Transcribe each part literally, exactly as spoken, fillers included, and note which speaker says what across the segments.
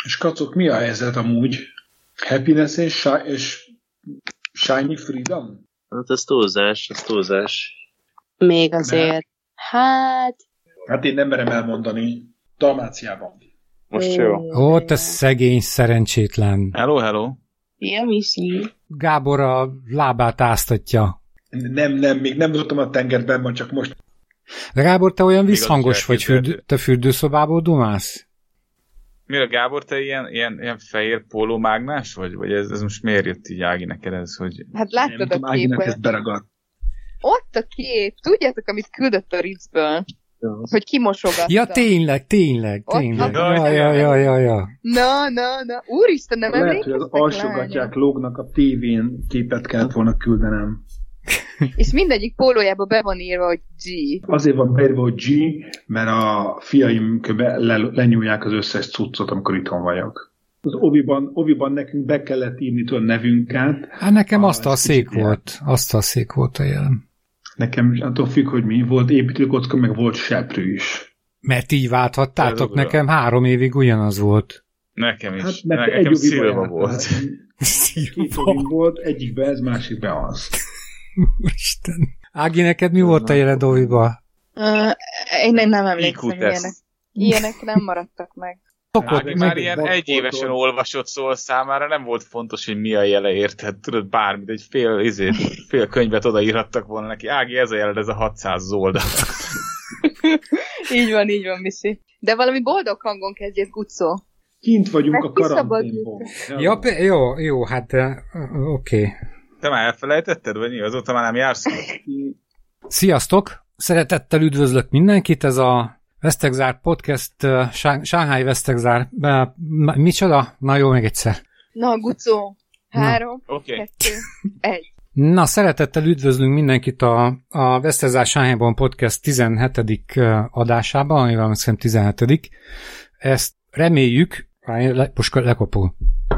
Speaker 1: És kacok, mi a helyzet amúgy? Happiness és, shi- és Shiny Freedom?
Speaker 2: Hát ez túlzás, ez túlzás.
Speaker 3: Még azért. Mert... Hát...
Speaker 1: Hát én nem merem elmondani. Dalmáciában.
Speaker 2: Most jó.
Speaker 4: Ó, te szegény, szerencsétlen.
Speaker 2: Hello, hello.
Speaker 3: Szia, Misi.
Speaker 4: Gábor a lábát áztatja.
Speaker 1: Nem, nem, még nem voltam a tengerben, van csak most.
Speaker 4: De Gábor, te olyan visszhangos vagy, fürdő, te fürdőszobából dumálsz?
Speaker 2: Mire, Gábor, te ilyen, ilyen, ilyen fehér pólómágnás vagy? Vagy ez, ez most miért jött így, Ági, neked ez, hogy...
Speaker 3: Hát láttad a képet.
Speaker 1: beragadt.
Speaker 3: Ott a kép. Tudjátok, amit küldött a Ritzből? Hogy kimosogatta.
Speaker 4: Ja, tényleg, tényleg, tényleg.
Speaker 2: Ott,
Speaker 4: ja, ja, ja, ja, ja.
Speaker 3: Na, na, na. Úristen, nem
Speaker 1: Lehet, hogy az alsógatják, lógnak a tévén, képet kellett volna küldenem.
Speaker 3: És mindegyik pólójába be van írva, hogy G.
Speaker 1: Azért van beírva, hogy G, mert a fiaim köbe le, lenyúlják az összes cuccot, amikor itthon vagyok. Az oviban, oviban nekünk be kellett írni a nevünket.
Speaker 4: Hát nekem asztalszék volt. Asztalszék volt a jelen.
Speaker 1: Nekem attól függ, hogy mi volt építőkocka, meg volt seprű is.
Speaker 4: Mert így válthattátok, nekem három évig ugyanaz volt.
Speaker 2: Nekem is.
Speaker 1: Hát, mert
Speaker 2: nekem
Speaker 1: egy
Speaker 2: szilva volt.
Speaker 1: Két ovim volt, egyikbe ez, másikbe az.
Speaker 4: Úristen. Ági, neked mi volt a jeled oviba?
Speaker 3: Uh, én nem emlékszem, ilyenek, ilyenek nem maradtak meg.
Speaker 2: Ági már ilyen egyévesen olvasott, szóval számára nem volt fontos, hogy mi a jele, érted? Tudod, bármit, egy fél, izét, fél könyvet odaírhattak volna neki. Ági, ez a jeled, ez a hatszáz oldal.
Speaker 3: Így van, így van, Missy. De valami boldog hangon kezdjét, Gucó.
Speaker 1: Kint vagyunk meg a karanténból.
Speaker 4: Ja, jó, jó, hát uh, oké. Okay.
Speaker 2: Te már elfelejtetted, vagy mi? Azóta már nem jársz?
Speaker 4: Sziasztok! Szeretettel üdvözlök mindenkit, ez a Vesztegzár Podcast, uh, Shanghai Vesztegzár. Uh, micsoda? Na jó, még egyszer.
Speaker 3: Na, Gucó. Három,
Speaker 2: okay.
Speaker 3: kettő, egy.
Speaker 4: Na, szeretettel üdvözlünk mindenkit a, a Vesztegzár Shanghaiban Podcast tizenhetedik adásában, amivel azt hiszem tizenhetedik. Ezt reméljük, le, most lekopog.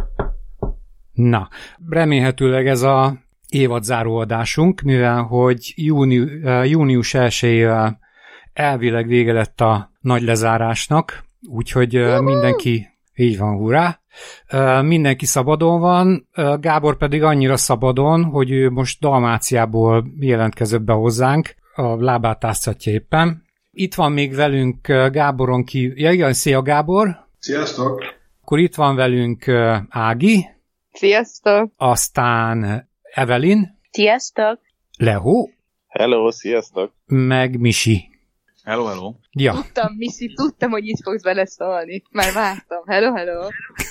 Speaker 4: Na, remélhetőleg ez a évadzáró adásunk, mivel hogy júni, június elsejével elvileg vége lett a nagy lezárásnak, úgyhogy uh-huh. mindenki, így van, hurrá, mindenki szabadon van, Gábor pedig annyira szabadon, hogy ő most Dalmáciából jelentkezett be hozzánk, a lábát áztatja éppen. Itt van még velünk Gáboron kívül, ja igen, szia Gábor!
Speaker 1: Sziasztok!
Speaker 4: Akkor itt van velünk Ági.
Speaker 3: Sziasztok!
Speaker 4: Aztán Evelyn.
Speaker 3: Sziasztok!
Speaker 4: Leho.
Speaker 2: Hello, sziasztok!
Speaker 4: Meg Misi.
Speaker 2: Hello, hello!
Speaker 4: Ja.
Speaker 3: Tudtam, Misi, tudtam, hogy így fogsz beleszólni. Már vártam. Hello, hello!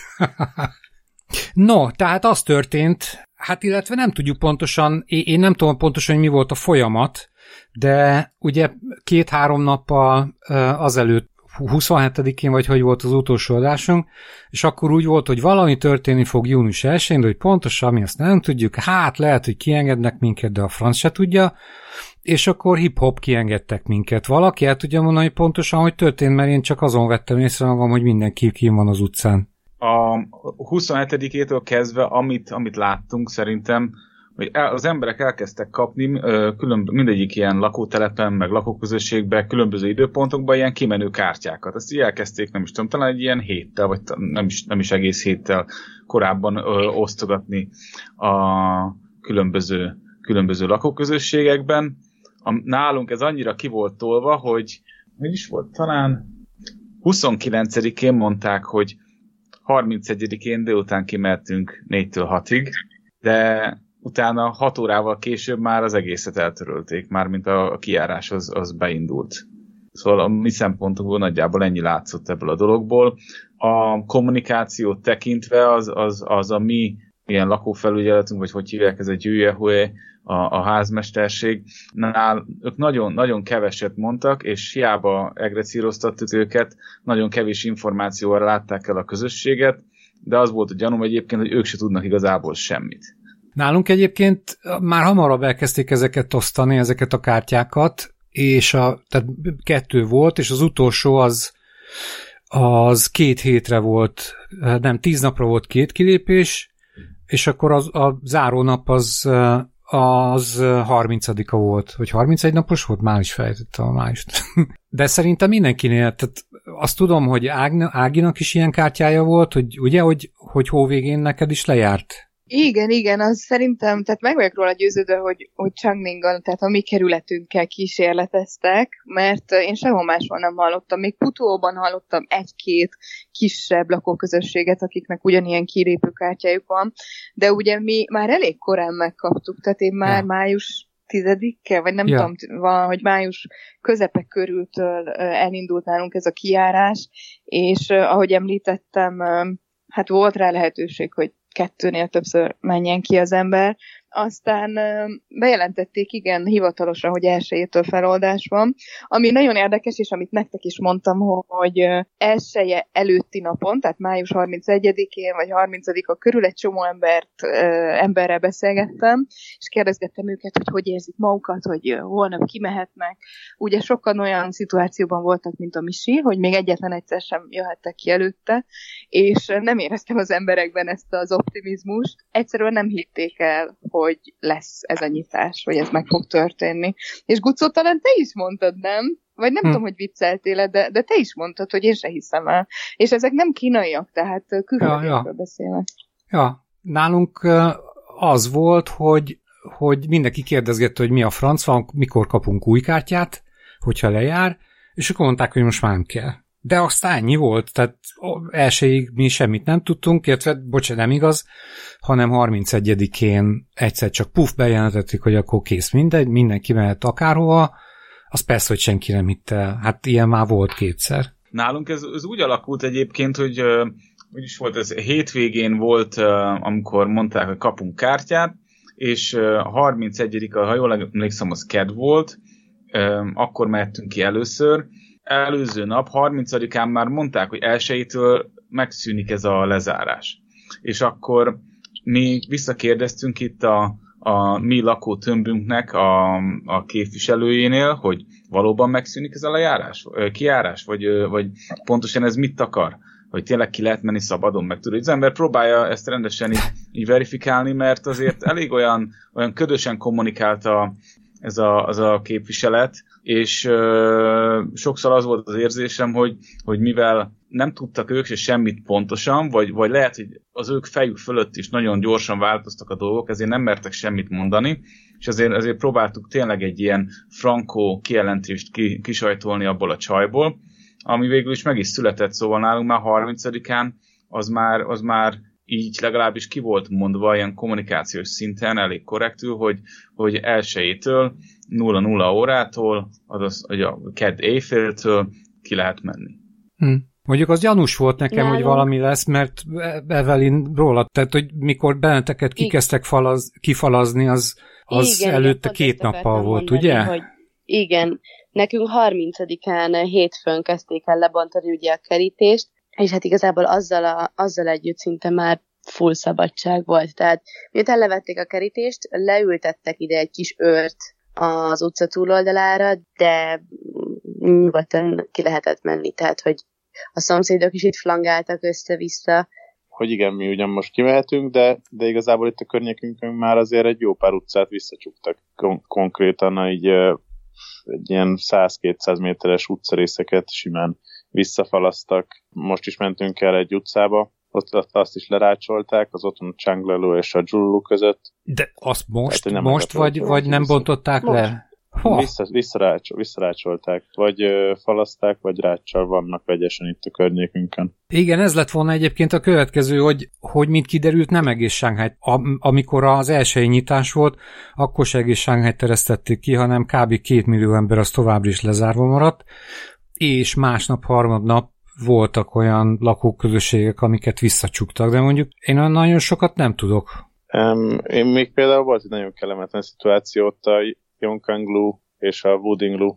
Speaker 4: No, tehát az történt, hát illetve nem tudjuk pontosan, én nem tudom pontosan, hogy mi volt a folyamat, de ugye két-három nappal azelőtt, huszonhetedikén, vagy hogy volt az utolsó adásunk, és akkor úgy volt, hogy valami történni fog június elsején, de hogy pontosan mi azt nem tudjuk, hát lehet, hogy kiengednek minket, de a franc se tudja, és akkor hip-hop kiengedtek minket. Valaki el tudja mondani pontosan, hogy történt, mert én csak azon vettem észre magam, hogy mindenki kín van az utcán.
Speaker 2: A huszonhetedikétől kezdve, amit, amit láttunk, szerintem, hogy az emberek elkezdtek kapni különb- mindegyik ilyen lakótelepen, meg lakóközösségben, különböző időpontokban ilyen kimenő kártyákat. Ezt így elkezdték, nem is tudom, talán egy ilyen héttel, vagy nem is, nem is egész héttel korábban ö, osztogatni a különböző, különböző lakóközösségekben. A, nálunk ez annyira ki volt tolva, hogy hogy is volt? Talán huszonkilencedikén mondták, hogy harmincegyedikén délután kimehetünk négytől hatig, de utána hat órával később már az egészet eltörölték, mármint a kijárás az, az beindult. Szóval a mi szempontokból nagyjából ennyi látszott ebből a dologból. A kommunikációt tekintve az, az, az a mi ilyen lakófelügyeletünk, vagy hogy hívják, ez egy Jüjehue, a, a házmesterség, nál ők nagyon, nagyon keveset mondtak, és hiába egrecíroztattuk őket, nagyon kevés információval látták el a közösséget, de az volt a gyanúm egyébként, hogy ők se tudnak igazából semmit.
Speaker 4: Nálunk egyébként már hamarabb elkezdték ezeket osztani, ezeket a kártyákat, és a, tehát kettő volt, és az utolsó az, az két hétre volt, nem, tíz napra volt két kilépés, és akkor az, a zárónap az, az harmincadika volt, vagy harmincegy napos volt? Már is fejtettem a májust. De szerintem mindenkinél, tehát azt tudom, hogy Ág, Áginak is ilyen kártyája volt, hogy ugye, hogy, hogy hóvégén neked is lejárt?
Speaker 3: Igen, igen, az szerintem, tehát meg vagyok róla győződve, hogy, hogy Changningon, tehát a mi kerületünkkel kísérleteztek, mert én sehol máshol nem hallottam. Még Putuóban hallottam egy-két kisebb lakóközösséget, akiknek ugyanilyen kilépőkártyájuk van, de ugye mi már elég korán megkaptuk, tehát én már ja. május tizedike, vagy nem ja. tudom, valahogy május közepe körültől elindult nálunk ez a kijárás, és ahogy említettem, hát volt rá lehetőség, hogy kettőnél többször menjen ki az ember. Aztán bejelentették, igen, hivatalosan, hogy elsőjétől feloldás van. Ami nagyon érdekes, és amit nektek is mondtam, hogy elsője előtti napon, tehát május harmincegyedikén vagy harmincadika körül egy csomó embert, emberrel beszélgettem, és kérdezgettem őket, hogy hogy érzik magukat, hogy holnap kimehetnek. Ugye sokan olyan szituációban voltak, mint a Misi, hogy még egyetlen egyszer sem jöhettek ki előtte, és nem éreztem az emberekben ezt az optimizmust. Egyszerűen nem hitték el, hogy lesz ez a nyitás, vagy ez meg fog történni. És Gucó, talán te is mondtad, nem? Vagy nem hm. tudom, hogy vicceltél, de, de te is mondtad, hogy én se hiszem el. És ezek nem kínaiak, tehát külföldiekről ja, ja. beszélnek.
Speaker 4: Ja, nálunk az volt, hogy, hogy mindenki kérdezgette, hogy mi a franc van, mikor kapunk új kártyát, hogyha lejár, és akkor mondták, hogy most már nem kell. De aztán ennyi volt, tehát elsőig mi semmit nem tudtunk, illetve, bocsánat, nem igaz, hanem harmincegyedikén egyszer csak puf, bejelentették, hogy akkor kész mindegy, mindenki mehet akárhova, az persze, hogy senki nem hitt el. Hát ilyen már volt kétszer.
Speaker 2: Nálunk ez, ez úgy alakult egyébként, hogy uh, úgyis volt, ez hétvégén volt, uh, amikor mondták, hogy kapunk kártyát, és uh, harmincegyedike, ha jól emlékszem, az kedd volt, uh, akkor mehettünk ki először. Előző nap, harmincadikán már mondták, hogy elsőjétől megszűnik ez a lezárás. És akkor mi visszakérdeztünk itt a, a mi lakótömbünknek a, a képviselőjénél, hogy valóban megszűnik ez a lejárás, kijárás, vagy, vagy pontosan ez mit akar? Hogy tényleg ki lehet menni szabadon, meg tudod, hogy az ember próbálja ezt rendesen így, így verifikálni, mert azért elég olyan, olyan ködösen kommunikálta ez a, az a képviselet, és ö, sokszor az volt az érzésem, hogy, hogy mivel nem tudtak ők se semmit pontosan, vagy, vagy lehet, hogy az ők fejük fölött is nagyon gyorsan változtak a dolgok, ezért nem mertek semmit mondani, és azért, azért próbáltuk tényleg egy ilyen frankó kijelentést ki, kisajtolni abból a csajból, ami végül is meg is született, szóval nálunk már harmincadikán az már, az már így legalábbis ki volt mondva ilyen kommunikációs szinten elég korrektül, hogy, hogy elsőjétől nulla nulla órától, azaz a kedd éjféltől ki lehet menni.
Speaker 4: Hm. Mondjuk az gyanús volt nekem, Nálunk. hogy valami lesz, mert Evelyn róla, tehát hogy mikor benneteket kikezdtek falaz, kifalazni, az, az igen, előtte két nappal volt, mondani, ugye?
Speaker 5: Hogy igen, nekünk harmincadikán hétfőn kezdték el lebontani ugye a kerítést, és hát igazából azzal, a, azzal együtt szinte már full szabadság volt. Tehát miután levették a kerítést, leültettek ide egy kis őrt az utca túloldalára, de nyugodtan ki lehetett menni. Tehát, hogy a szomszédok is itt flangáltak össze-vissza.
Speaker 6: Hogy igen, mi ugyan most kimehetünk, de, de igazából itt a környékünkön már azért egy jó pár utcát visszacsuktak. Kon- konkrétan így egy ilyen száz-kétszáz méteres utcarészeket simán visszafalasztak. Most is mentünk el egy utcába, ott azt is lerácsolták, az otthon a Changlelu és a Dzsulu között.
Speaker 4: De azt most, hát, most vagy, vagy nem bontották most. le?
Speaker 6: Vissza, visszarácsol, visszarácsolták. Vagy ö, falaszták, vagy ráccsal vannak vegyesen itt a környékünkön.
Speaker 4: Igen, ez lett volna egyébként a következő, hogy, hogy mint kiderült, nem egész Shanghai. Am, amikor az első nyitás volt, akkor se egész Shanghai teresztették ki, hanem kb. két millió ember az továbbra is lezárva maradt, és másnap, harmadnap voltak olyan lakóközösségek, amiket visszacsuktak, de mondjuk én nagyon sokat nem tudok.
Speaker 6: Um, én még például volt egy nagyon kellemetlen szituáció ott a Yongkanglu és a Wudinglu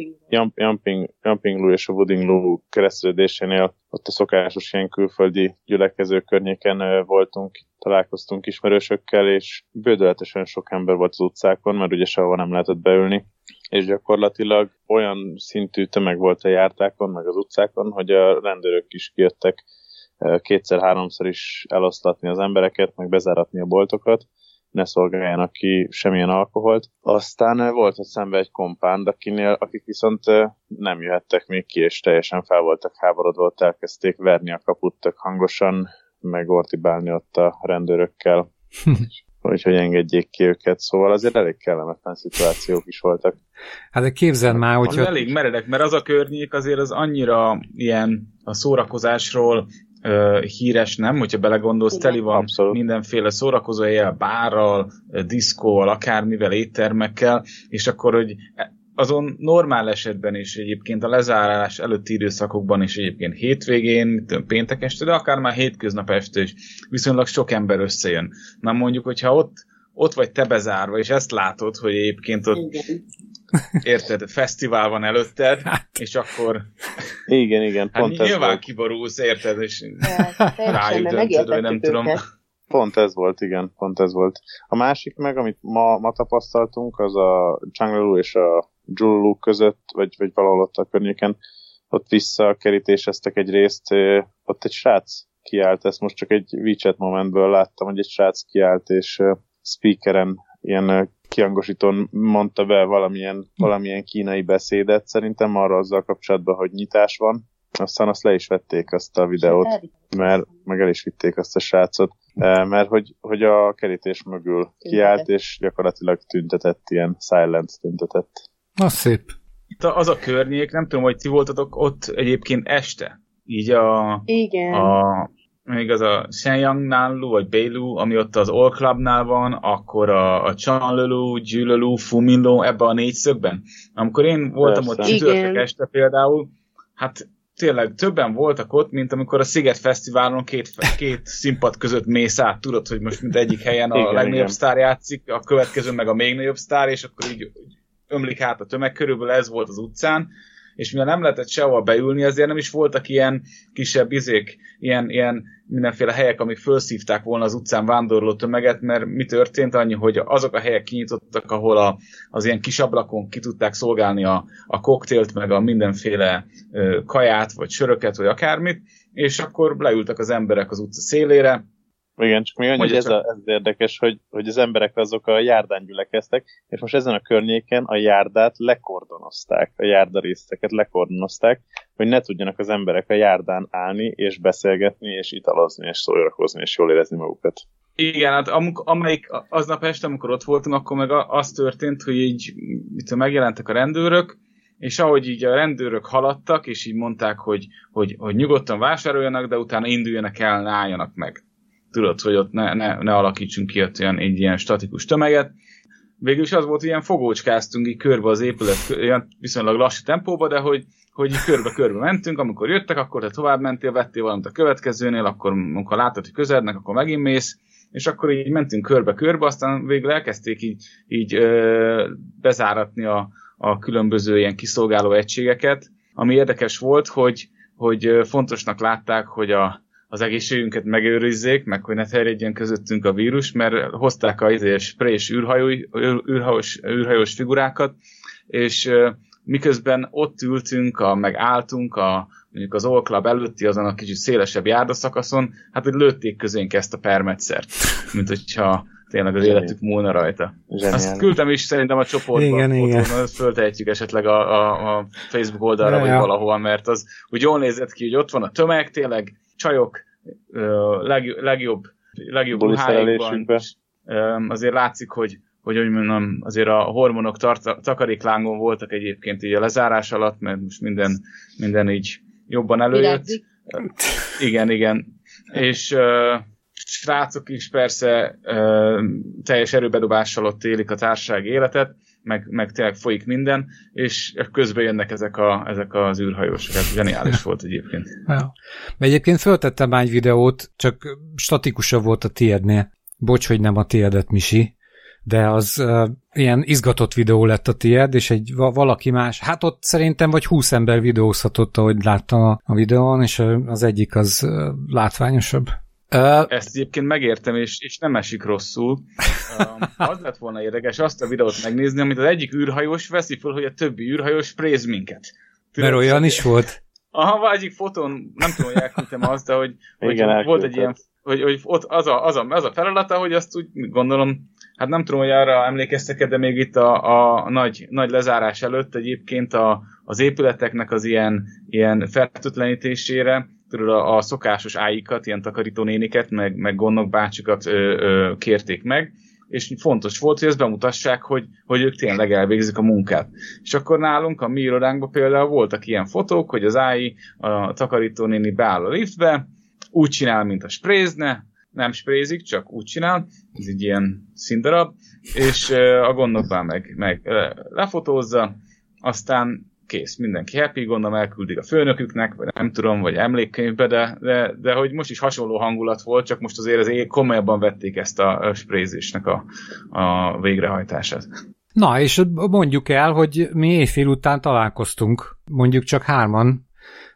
Speaker 6: Yamping, Yampinglu és a Wudinglu keresztülődésénél ott a szokásos ilyen külföldi gyülekező környéken voltunk, találkoztunk ismerősökkel, és bődöletesen sok ember volt az utcákon, mert ugye sehova nem lehetett beülni, és gyakorlatilag olyan szintű tömeg volt a jártákon, meg az utcákon, hogy a rendőrök is kijöttek kétszer-háromszor is eloszlatni az embereket, meg bezáratni a boltokat, ne szolgáljanak ki semmilyen alkoholt. Aztán volt ott szembe egy kompánd, akinél, akik viszont nem jöhettek még ki, és teljesen fel voltak háborodva, ott elkezdték verni a kaput tök hangosan, meg ortibálni ott a rendőrökkel, úgyhogy engedjék ki őket. Szóval azért elég kellemetlen szituációk is voltak.
Speaker 4: Hát de képzeld már, hogyha...
Speaker 2: Az elég meredek, mert az a környék azért az annyira ilyen a szórakozásról uh, híres, nem? Hogyha belegondolsz, teli van abszolút mindenféle szórakozóhellyel, bárral, diszkóval, akármivel, éttermekkel, és akkor, hogy azon normál esetben is egyébként a lezárás előtti időszakokban is egyébként hétvégén, péntek este, de akár már hétköznap este is viszonylag sok ember összejön. Na mondjuk, hogyha ott, ott vagy te bezárva, és ezt látod, hogy egyébként ott igen. Érted, fesztivál van előtted, és akkor
Speaker 6: igen, igen,
Speaker 2: hát
Speaker 6: pont ez
Speaker 2: nyilván
Speaker 6: volt.
Speaker 2: Kiborulsz, érted, és
Speaker 5: rájuk
Speaker 2: vagy nem tudom.
Speaker 6: Pont ez volt, igen, pont ez volt. A másik meg, amit ma, ma tapasztaltunk, az a Changlulu és a Jululu között, vagy, vagy valahol ott a környéken, ott visszakerítéseztek egy részt, ott egy srác kiállt, ezt most csak egy WeChat momentből láttam, hogy egy srác kiállt, és speakeren ilyen kiangosítón mondta be valamilyen, valamilyen kínai beszédet, szerintem arra azzal kapcsolatban, hogy nyitás van. Aztán azt le is vették, azt a videót, mert meg el is vitték azt a srácot, mert hogy, hogy a kerítés mögül kiállt, és gyakorlatilag tüntetett, ilyen silent tüntetett.
Speaker 4: Az szép.
Speaker 2: Az a környék, nem tudom, hogy ti voltatok ott egyébként este. Így a...
Speaker 5: Igen.
Speaker 2: A, még az a Shenyang-nál, vagy Beilu, ami ott az All Clubnál van, akkor a, a Chanlulu, Jululu, Fuminlo, ebben a négyszögben. Amikor én voltam Persze. ott csütörtök este például, hát tényleg többen voltak ott, mint amikor a Sziget Fesztiválon két, két színpad között mész át, tudod, hogy most mint egyik helyen a igen, legnagyobb igen. sztár játszik, a következő meg a még nagyobb sztár, és akkor így ömlik át a tömeg, körülbelül ez volt az utcán, és mivel nem lehetett sehol beülni, azért nem is voltak ilyen kisebb izék, ilyen, ilyen mindenféle helyek, amik felszívták volna az utcán vándorló tömeget, mert mi történt annyi, hogy azok a helyek kinyitottak, ahol a, az ilyen kis ablakon ki tudták szolgálni a, a koktélt, meg a mindenféle ö, kaját, vagy söröket, vagy akármit, és akkor leültek az emberek az utca szélére.
Speaker 6: Igen, csak még annyi, hogy ez, a, ez érdekes, hogy, hogy az emberek azok a járdán gyülekeztek, és most ezen a környéken a járdát lekordonozták, a járdarészeket lekordonozták, hogy ne tudjanak az emberek a járdán állni, és beszélgetni, és italozni, és szórakozni, és jól érezni magukat.
Speaker 2: Igen, hát amik, amelyik aznap este, amikor ott voltunk, akkor meg az történt, hogy így itt megjelentek a rendőrök, és ahogy így a rendőrök haladtak, és így mondták, hogy, hogy, hogy nyugodtan vásároljanak, de utána induljanak el, ne álljanak meg. Tudod, hogy ott ne, ne, ne alakítsunk ki ott olyan, egy ilyen statikus tömeget. Végül is az volt, hogy ilyen fogócskáztunk így körbe az épület, ilyen viszonylag lassú tempóba, de hogy, hogy így körbe-körbe mentünk, amikor jöttek, akkor te tovább mentél, vettél valamit a következőnél, akkor amikor látod, hogy közelednek, akkor megint mész, és akkor így mentünk körbe-körbe, aztán végül elkezdték így, így ö, bezáratni a, a különböző ilyen kiszolgáló egységeket, ami érdekes volt, hogy, hogy fontosnak látták, hogy a az egészségünket megőrizzék, meg hogy ne terjedjen közöttünk a vírus, mert hozták a sprés űrhajós, űrhajós figurákat, és uh, miközben ott ültünk, a, meg álltunk a, mondjuk az All Club előtti, azon a kicsit szélesebb járdaszakaszon, hát hogy lőtték közénk ezt a permetszert, mint hogyha tényleg az életük múlna rajta. Zseniál. Azt küldtem is szerintem a csoportba,
Speaker 4: igen, igen.
Speaker 2: Azt föltehetjük esetleg a, a, a Facebook oldalra, ja, vagy ja. valahol, mert az úgy jól nézett ki, hogy ott van a tömeg, tényleg csajok leg, legjobb, legjobb ruháikban. Azért látszik, hogy, hogy, hogy mondom, azért a hormonok tart, takaréklángon voltak egyébként így a lezárás alatt, mert most minden, minden így jobban előjött. Virágzik. Igen, igen. És uh, srácok is persze uh, teljes erőbedobással ott élik a társasági életet, meg, meg tényleg folyik minden, és közben jönnek ezek, a, ezek az űrhajósok. Ez zseniális volt egyébként. Ja.
Speaker 4: Egyébként föltettem már egy videót, csak statikusabb volt a tiédnél. Bocs, hogy nem a tiédet, Misi, de az uh, ilyen izgatott videó lett a tiéd, és egy valaki más, hát ott szerintem vagy húsz ember videózhatott, ahogy láttam a, a videón, és az egyik az uh, látványosabb.
Speaker 2: Uh, Ezt egyébként megértem, és, és nem esik rosszul. Uh, az lett volna érdekes azt a videót megnézni, amit az egyik űrhajós veszi föl, hogy a többi űrhajós spréz minket.
Speaker 4: Tudod, mert olyan is volt.
Speaker 2: Aha, vagy egyik fotón, nem tudom, hogy elküldtem azt, de hogy, hogy volt egy ilyen hogy, hogy ott az a, az, a, az a feladata, hogy azt úgy gondolom, hát nem tudom, hogy arra emlékeztek, de még itt a, a nagy, nagy lezárás előtt egyébként a, az épületeknek az ilyen, ilyen fertőtlenítésére, tudod, a, a szokásos áikat, ilyen takarítónéniket, meg, meg gondnok bácsikat ö, ö, kérték meg, és fontos volt, hogy ezt bemutassák, hogy, hogy ők tényleg elvégzik a munkát. És akkor nálunk a mi irodánkban például voltak ilyen fotók, hogy az á i, a takarítónéni beáll a liftbe, úgy csinál, mint a sprézne, nem sprézik, csak úgy csinál, ez egy ilyen színdarab, és a gondnokban meg, meg lefotózza, aztán kész, mindenki happy, gondolom elküldik a főnöküknek, vagy nem tudom, vagy emlékkönyvbe, de, de, de hogy most is hasonló hangulat volt, csak most azért az komolyabban vették ezt a sprézésnek a, a végrehajtását.
Speaker 4: Na, és mondjuk el, hogy mi éjfél után találkoztunk, mondjuk csak hárman,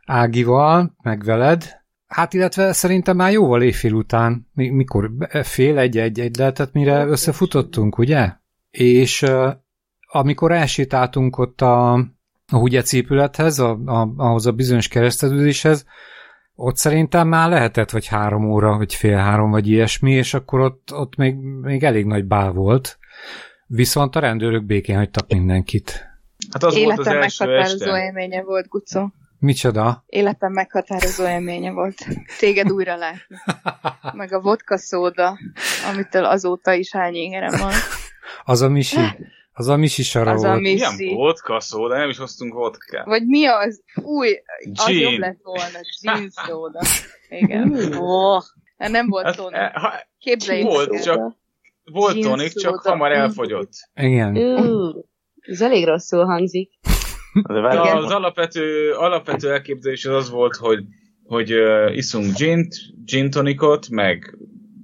Speaker 4: Ágival, meg veled, hát illetve szerintem már jóval éjfél után, mikor fél egy-egy-egy lehetett, mire összefutottunk, ugye? És uh, amikor elsétáltunk ott a, a Hugyec épülethez, a, a, ahhoz a bizonyos kereszteződéshez, ott szerintem már lehetett, vagy három óra, vagy fél három, vagy ilyesmi, és akkor ott, ott még, még elég nagy bál volt. Viszont a rendőrök békén hagytak mindenkit.
Speaker 2: Hát az
Speaker 3: Életem
Speaker 2: volt az első
Speaker 3: meghatározó
Speaker 2: este.
Speaker 3: élménye volt, Gucó.
Speaker 4: Micsoda?
Speaker 3: Életem meghatározó élménye volt. Téged újra látni. Meg a vodka szóda, amitől azóta is hány ingerem van.
Speaker 4: Az a Misi. Az a Misi sara
Speaker 3: Az a
Speaker 4: volt.
Speaker 3: Misi.
Speaker 2: Milyen vodka szóda, nem is hoztunk vodkát.
Speaker 3: Vagy mi az? Fúj, az
Speaker 2: Gin.
Speaker 3: jobb lett volna. Gin szóda. Igen. Oh. Nem volt tonik. Képzeljük.
Speaker 2: Volt, csak volt tonik, csak hamar elfogyott.
Speaker 4: Igen.
Speaker 5: Uh, ez elég rosszul hangzik.
Speaker 2: De az alapvető, alapvető elképzelés az, az volt, hogy, hogy uh, iszunk gint, gin tonikot, meg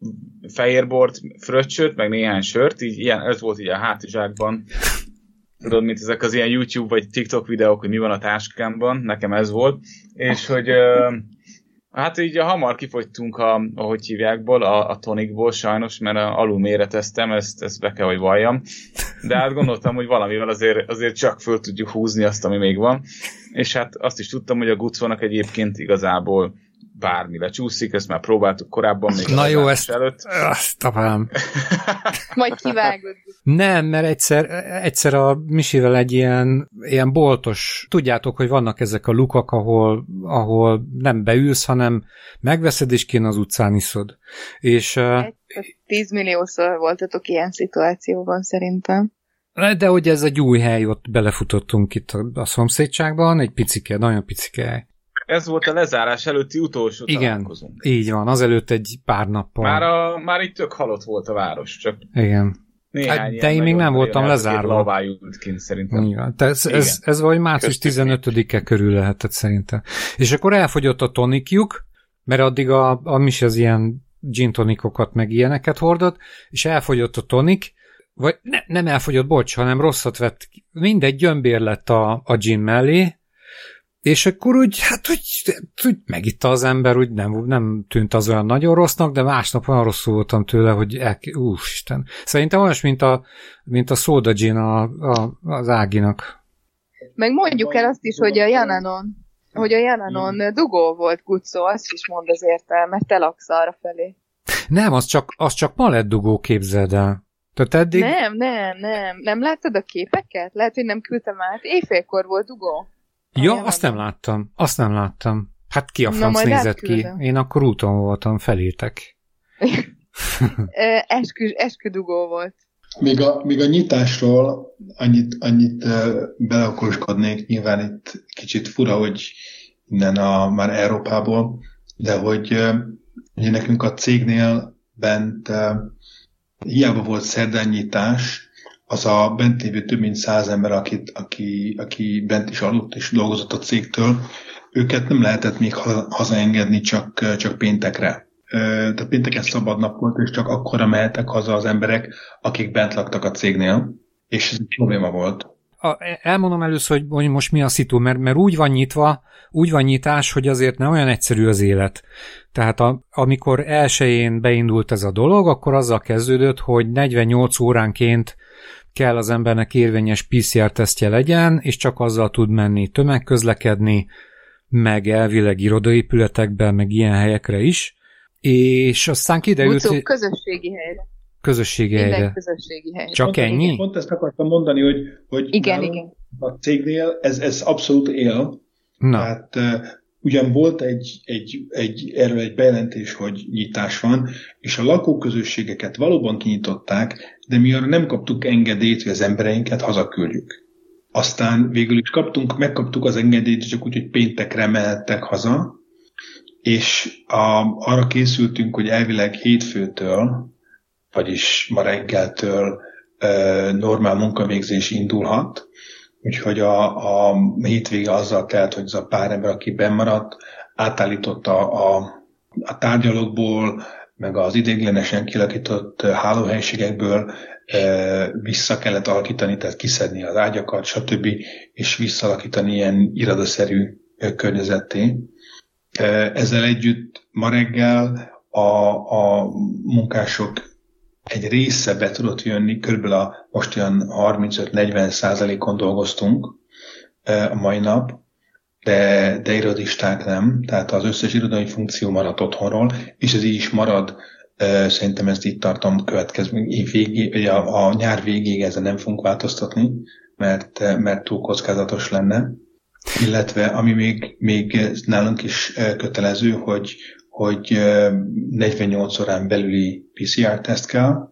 Speaker 2: fehérbort, fröccsöt, meg néhány sört, így ilyen, ez volt így a hátizsákban. Tudod, mint ezek az ilyen YouTube vagy TikTok videók, hogy mi van a táskámban, nekem ez volt. És hogy uh, hát így hamar kifogytunk a, ahogy hívjákból, a, a tonikból sajnos, mert alul méreteztem, ezt, ezt be kell, hogy valljam. De hát gondoltam, hogy valamivel azért, azért csak föl tudjuk húzni azt, ami még van. És hát azt is tudtam, hogy a Gucónak egyébként igazából bármi lecsúszik, ezt már próbáltuk korábban, még
Speaker 4: Na jó, ezt,
Speaker 2: előtt.
Speaker 4: Azt tapálom.
Speaker 3: Majd kivágod.
Speaker 4: Nem, mert egyszer, egyszer a Misivel egy ilyen, ilyen boltos, tudjátok, hogy vannak ezek a lukak, ahol, ahol nem beülsz, hanem megveszed, és kéne az utcán iszod. És...
Speaker 3: tízmilliószor voltatok ilyen szituációban szerintem.
Speaker 4: De hogy ez egy új hely, ott belefutottunk itt a, a szomszédságban, egy picike, nagyon picike hely.
Speaker 2: Ez volt a lezárás előtti utolsó
Speaker 4: Igen,
Speaker 2: találkozunk.
Speaker 4: Így van, azelőtt egy pár nappal.
Speaker 2: Már, a, már itt tök halott volt a város, csak
Speaker 4: igen. Hát, de én még nem voltam lezárva.
Speaker 2: Lavájult kint szerintem.
Speaker 4: Igen. Ez, ez, ez vagy március tizenötödike körül lehetett szerintem. És akkor elfogyott a tonikjuk, mert addig a, a Mis az ilyen gin tonikokat meg ilyeneket hordott, és elfogyott a tonik, vagy ne, nem elfogyott, bocs, hanem rosszat vett, mindegy gyömbér lett a, a gin mellé, és akkor úgy, hát úgy, úgy megitta az ember, úgy nem, nem tűnt az olyan nagyon rossznak, de másnap olyan rosszul voltam tőle, hogy el, úristen. Szerintem olyan, mint a, mint a soda gin a, a, az Áginak.
Speaker 3: Meg mondjuk el azt is, hogy a Jananon, hogy a Jananon dugó volt, Gucó, azt is mond azért el, mert te laksz arra felé.
Speaker 4: Nem, az csak, az csak ma lett dugó, képzeld el. Tehát eddig...
Speaker 3: Nem, nem, nem. Nem láttad a képeket? Lehet, hogy nem küldtem át. Éjfélkor volt dugó.
Speaker 4: Ja, azt nem láttam. Azt nem láttam. Hát ki a franc nézett ki? Én akkor úton voltam, felétek.
Speaker 3: Eskü, esküdugó volt.
Speaker 1: Még a, még a nyitásról annyit, annyit uh, beleokoskodnék, nyilván itt kicsit fura, hogy innen a, már Európából, de hogy uh, ugye nekünk a cégnél bent uh, hiába volt szerdán nyitás, az a bent lévő több mint száz ember, akit, aki, aki bent is aludt és dolgozott a cégtől, őket nem lehetett még hazaengedni csak, csak péntekre. Tehát pénteken szabad nap volt, és csak akkora mehettek haza az emberek, akik bent laktak a cégnél, és ez egy probléma volt.
Speaker 4: A, elmondom először, hogy most mi a szitu, mert, mert úgy van nyitva, úgy van nyitás, hogy azért nem olyan egyszerű az élet. Tehát a, amikor elsőjén beindult ez a dolog, akkor azzal kezdődött, hogy negyvennyolc óránként kell az embernek érvényes pé cé er-tesztje legyen, és csak azzal tud menni tömegközlekedni, meg elvileg irodaépületekben, meg ilyen helyekre is, És aztán kiderült,
Speaker 3: hogy... közösségi helyre.
Speaker 4: Közösségi
Speaker 3: Minden
Speaker 4: helyre.
Speaker 3: közösségi helyre.
Speaker 4: Csak
Speaker 1: pont,
Speaker 4: ennyi?
Speaker 1: Pont ezt akartam mondani, hogy, hogy
Speaker 3: igen, igen.
Speaker 1: a cégnél ez, ez abszolút él.
Speaker 4: Na.
Speaker 1: Tehát uh, ugyan volt egy, egy, egy, erről egy bejelentés, hogy nyitás van, és a lakóközösségeket valóban kinyitották, de mi arra nem kaptuk engedélyt, hogy az embereinket hazaküldjük. Aztán végül is kaptunk, megkaptuk az engedélyt, csak úgy, hogy péntekre mehettek haza, és a, arra készültünk, hogy elvileg hétfőtől, vagyis ma reggeltől e, normál munkavégzés indulhat, úgyhogy a, a hétvége azzal telt, hogy az a pár ember, aki bennmaradt, átállította a, a tárgyalókból, meg az ideiglenesen kialakított hálóhelységekből e, vissza kellett alakítani, tehát kiszedni az ágyakat, stb., és visszalakítani ilyen irodaszerű e, környezetté. E, ezzel együtt ma reggel a, a munkások egy része be tudott jönni, körülbelül a most olyan harmincöt-negyven százalékon dolgoztunk e, a mai nap, de, de irodisták nem, tehát az összes irodai funkció maradt otthonról, és ez így is marad, e, szerintem ezt itt tartom következő év végé, vagy a, a nyár végéig ezzel nem fogunk változtatni, mert, mert túl kockázatos lenne. Illetve ami még, még nálunk is kötelező, hogy, hogy negyvennyolc órán belüli pé cé er-teszt kell,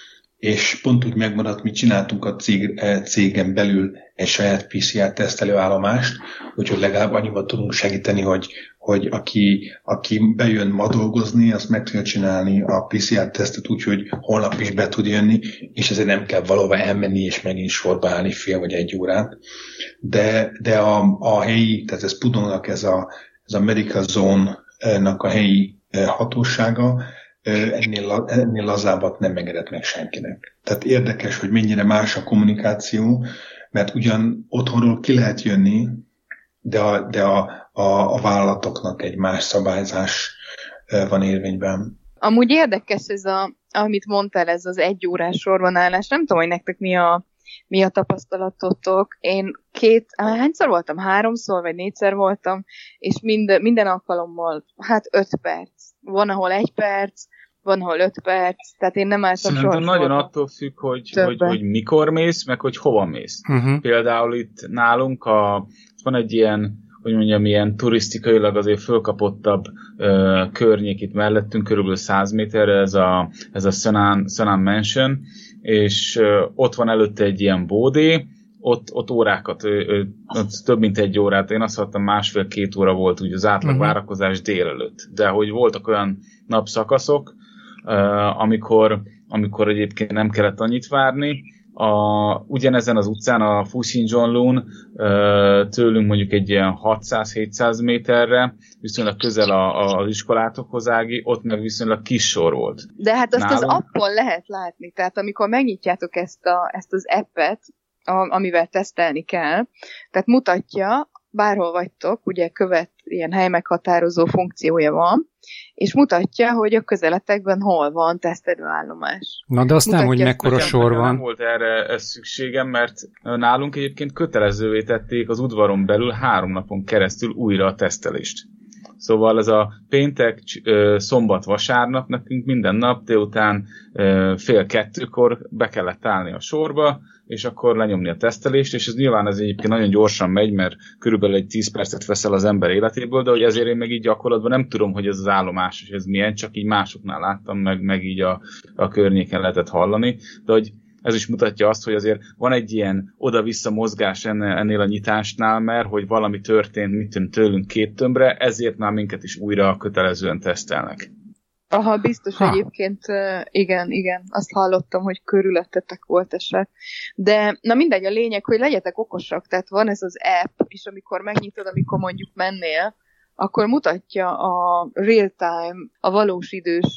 Speaker 1: és pont úgy megmaradt, mi csináltunk a cég, cégen belül egy saját pé cé er-tesztelő állomást, úgyhogy legalább annyiban tudunk segíteni, hogy, hogy aki, aki bejön ma dolgozni, azt meg tudja csinálni a pé cé er-tesztet úgy, hogy holnap is be tud jönni, és ezért nem kell valahova elmenni, és megint sorba állni fél vagy egy órát. De, de a, a helyi, tehát ez Pudongnak ez a, ez a Medical Zone-nak a helyi hatósága, ennél, ennél lazábbat nem engedett meg senkinek. Tehát érdekes, hogy mennyire más a kommunikáció, mert ugyan otthonról ki lehet jönni, de a, de a, a, a vállalatoknak egy más szabályzás van érvényben.
Speaker 3: Amúgy érdekes ez, a, amit mondtál, ez az egy órás sorban állás. Nem tudom, hogy nektek mi a, mi a tapasztalatotok. Én két, hányszor voltam? Háromszor vagy négyszer voltam, és mind, minden alkalommal, hát öt perc. Van, ahol egy perc, van, ahol öt perc, tehát én nem álltam sorban.
Speaker 2: Szerintem nagyon attól függ, hogy, hogy, hogy mikor mész, meg hogy hova mész. Uh-huh. Például itt nálunk a, van egy ilyen, hogy mondjam, ilyen turisztikailag azért fölkapottabb ö, környék itt mellettünk, körülbelül száz méterre, ez a, ez a Sanan, Sanan Mansion, és ö, ott van előtte egy ilyen bódé, ott, ott órákat, ö, ö, ott több mint egy órát, én azt hattam másfél-két óra volt úgy az átlag uh-huh. várakozás délelőtt, de hogy voltak olyan napszakaszok, ö, amikor, amikor egyébként nem kellett annyit várni. A, ugyanezen az utcán, a Fuxinzhonglun tőlünk mondjuk egy ilyen hatszáz-hétszáz méterre, viszonylag közel a, a, az iskolátokhoz ági, ott meg viszonylag kis sor volt.
Speaker 3: De hát azt nálunk az appon lehet látni, tehát amikor megnyitjátok ezt, a, ezt az appet, a, amivel tesztelni kell, tehát mutatja, bárhol vagytok, ugye követ, ilyen helymeghatározó funkciója van, és mutatja, hogy a közeletekben hol van tesztelőállomás.
Speaker 4: Na de azt
Speaker 3: mutatja,
Speaker 4: nem, hogy mekkora sor van.
Speaker 2: Nem volt erre ez szükségem, mert nálunk egyébként kötelezővé tették az udvaron belül három napon keresztül újra a tesztelést. Szóval ez a péntek, szombat, vasárnap nekünk minden nap délután fél kettőkor be kellett állni a sorba, és akkor lenyomni a tesztelést, és ez nyilván ez egyébként nagyon gyorsan megy, mert körülbelül egy tíz percet veszel az ember életéből, de hogy ezért én meg így gyakorlatban nem tudom, hogy ez az állomás, és ez milyen, csak így másoknál láttam, meg, meg így a, a környéken lehetett hallani, de hogy ez is mutatja azt, hogy azért van egy ilyen oda-vissza mozgás ennél, ennél a nyitásnál, mert hogy valami történt, mit tűnt tőlünk két tömbre, ezért már minket is újra kötelezően tesztelnek.
Speaker 3: Aha, biztos ha. Egyébként, igen, igen, azt hallottam, hogy körülöttetek volt eset. De, na mindegy, a lényeg, hogy legyetek okosak, tehát van ez az app, és amikor megnyitod, amikor mondjuk mennél, akkor mutatja a real-time, a valós idős